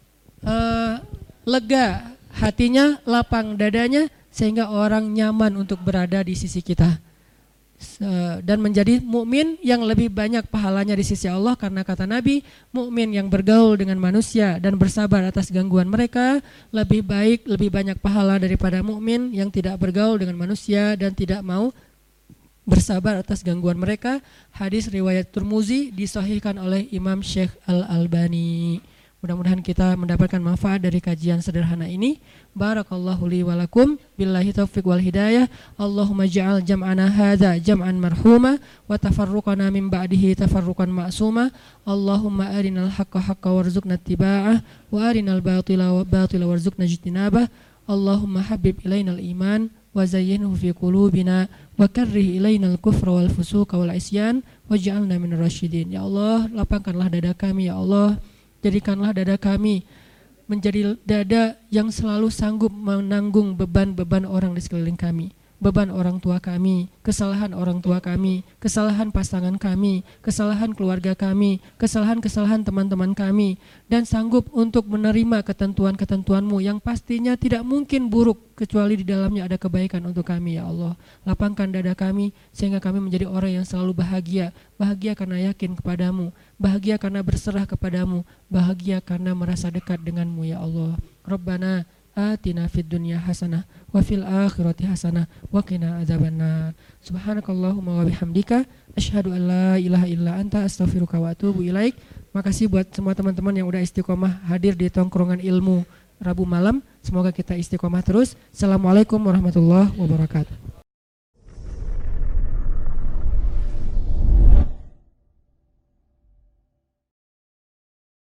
lega hatinya, lapang dadanya, sehingga orang nyaman untuk berada di sisi kita. Dan menjadi mukmin yang lebih banyak pahalanya di sisi Allah, karena kata Nabi, mukmin yang bergaul dengan manusia dan bersabar atas gangguan mereka lebih baik, lebih banyak pahala daripada mukmin yang tidak bergaul dengan manusia dan tidak mau bersabar atas gangguan mereka. Hadis riwayat Tirmizi, disahihkan oleh Imam Syekh Al-Albani. Mudah-mudahan kita mendapatkan manfaat dari kajian sederhana ini. Barakallahu li wa lakum, billahi taufiq wal hidayah. Allahumma ja'al jam'ana hadza jam'an marhuma wa tafarruqana min ba'dihi tafarruqan ma'suma. Allahumma arinal haqqa haqqa warzuqna ittiba'ah wa arinal batila warzuqna ijtinabah. Allahumma habib ilainal iman wa zayyinhu fi qulubina wa karrih ilainal kufra wal fusuqa wal isyan waj'alna minar rasyidin. Ya Allah, lapangkanlah dada kami ya Allah. Jadikanlah dada kami menjadi dada yang selalu sanggup menanggung beban-beban orang di sekeliling kami. Beban orang tua kami, kesalahan orang tua kami, kesalahan pasangan kami, kesalahan keluarga kami, kesalahan-kesalahan teman-teman kami. Dan sanggup untuk menerima ketentuan-ketentuan-Mu yang pastinya tidak mungkin buruk, kecuali di dalamnya ada kebaikan untuk kami ya Allah. Lapangkan dada kami sehingga kami menjadi orang yang selalu bahagia. Bahagia karena yakin kepadamu, bahagia karena berserah kepadamu, bahagia karena merasa dekat denganmu ya Allah. Rabbana atina fid dunya hasanah wa fil akhirati hasanah wa qina adzabannar. Subhanakallahumma wa bihamdika asyhadu an la ilaha illa anta astaghfiruka wa atubu ilaik. Makasih buat semua teman-teman yang udah istiqomah hadir di tongkrongan ilmu Rabu malam. Semoga kita istiqomah terus. Assalamualaikum warahmatullahi wabarakatuh.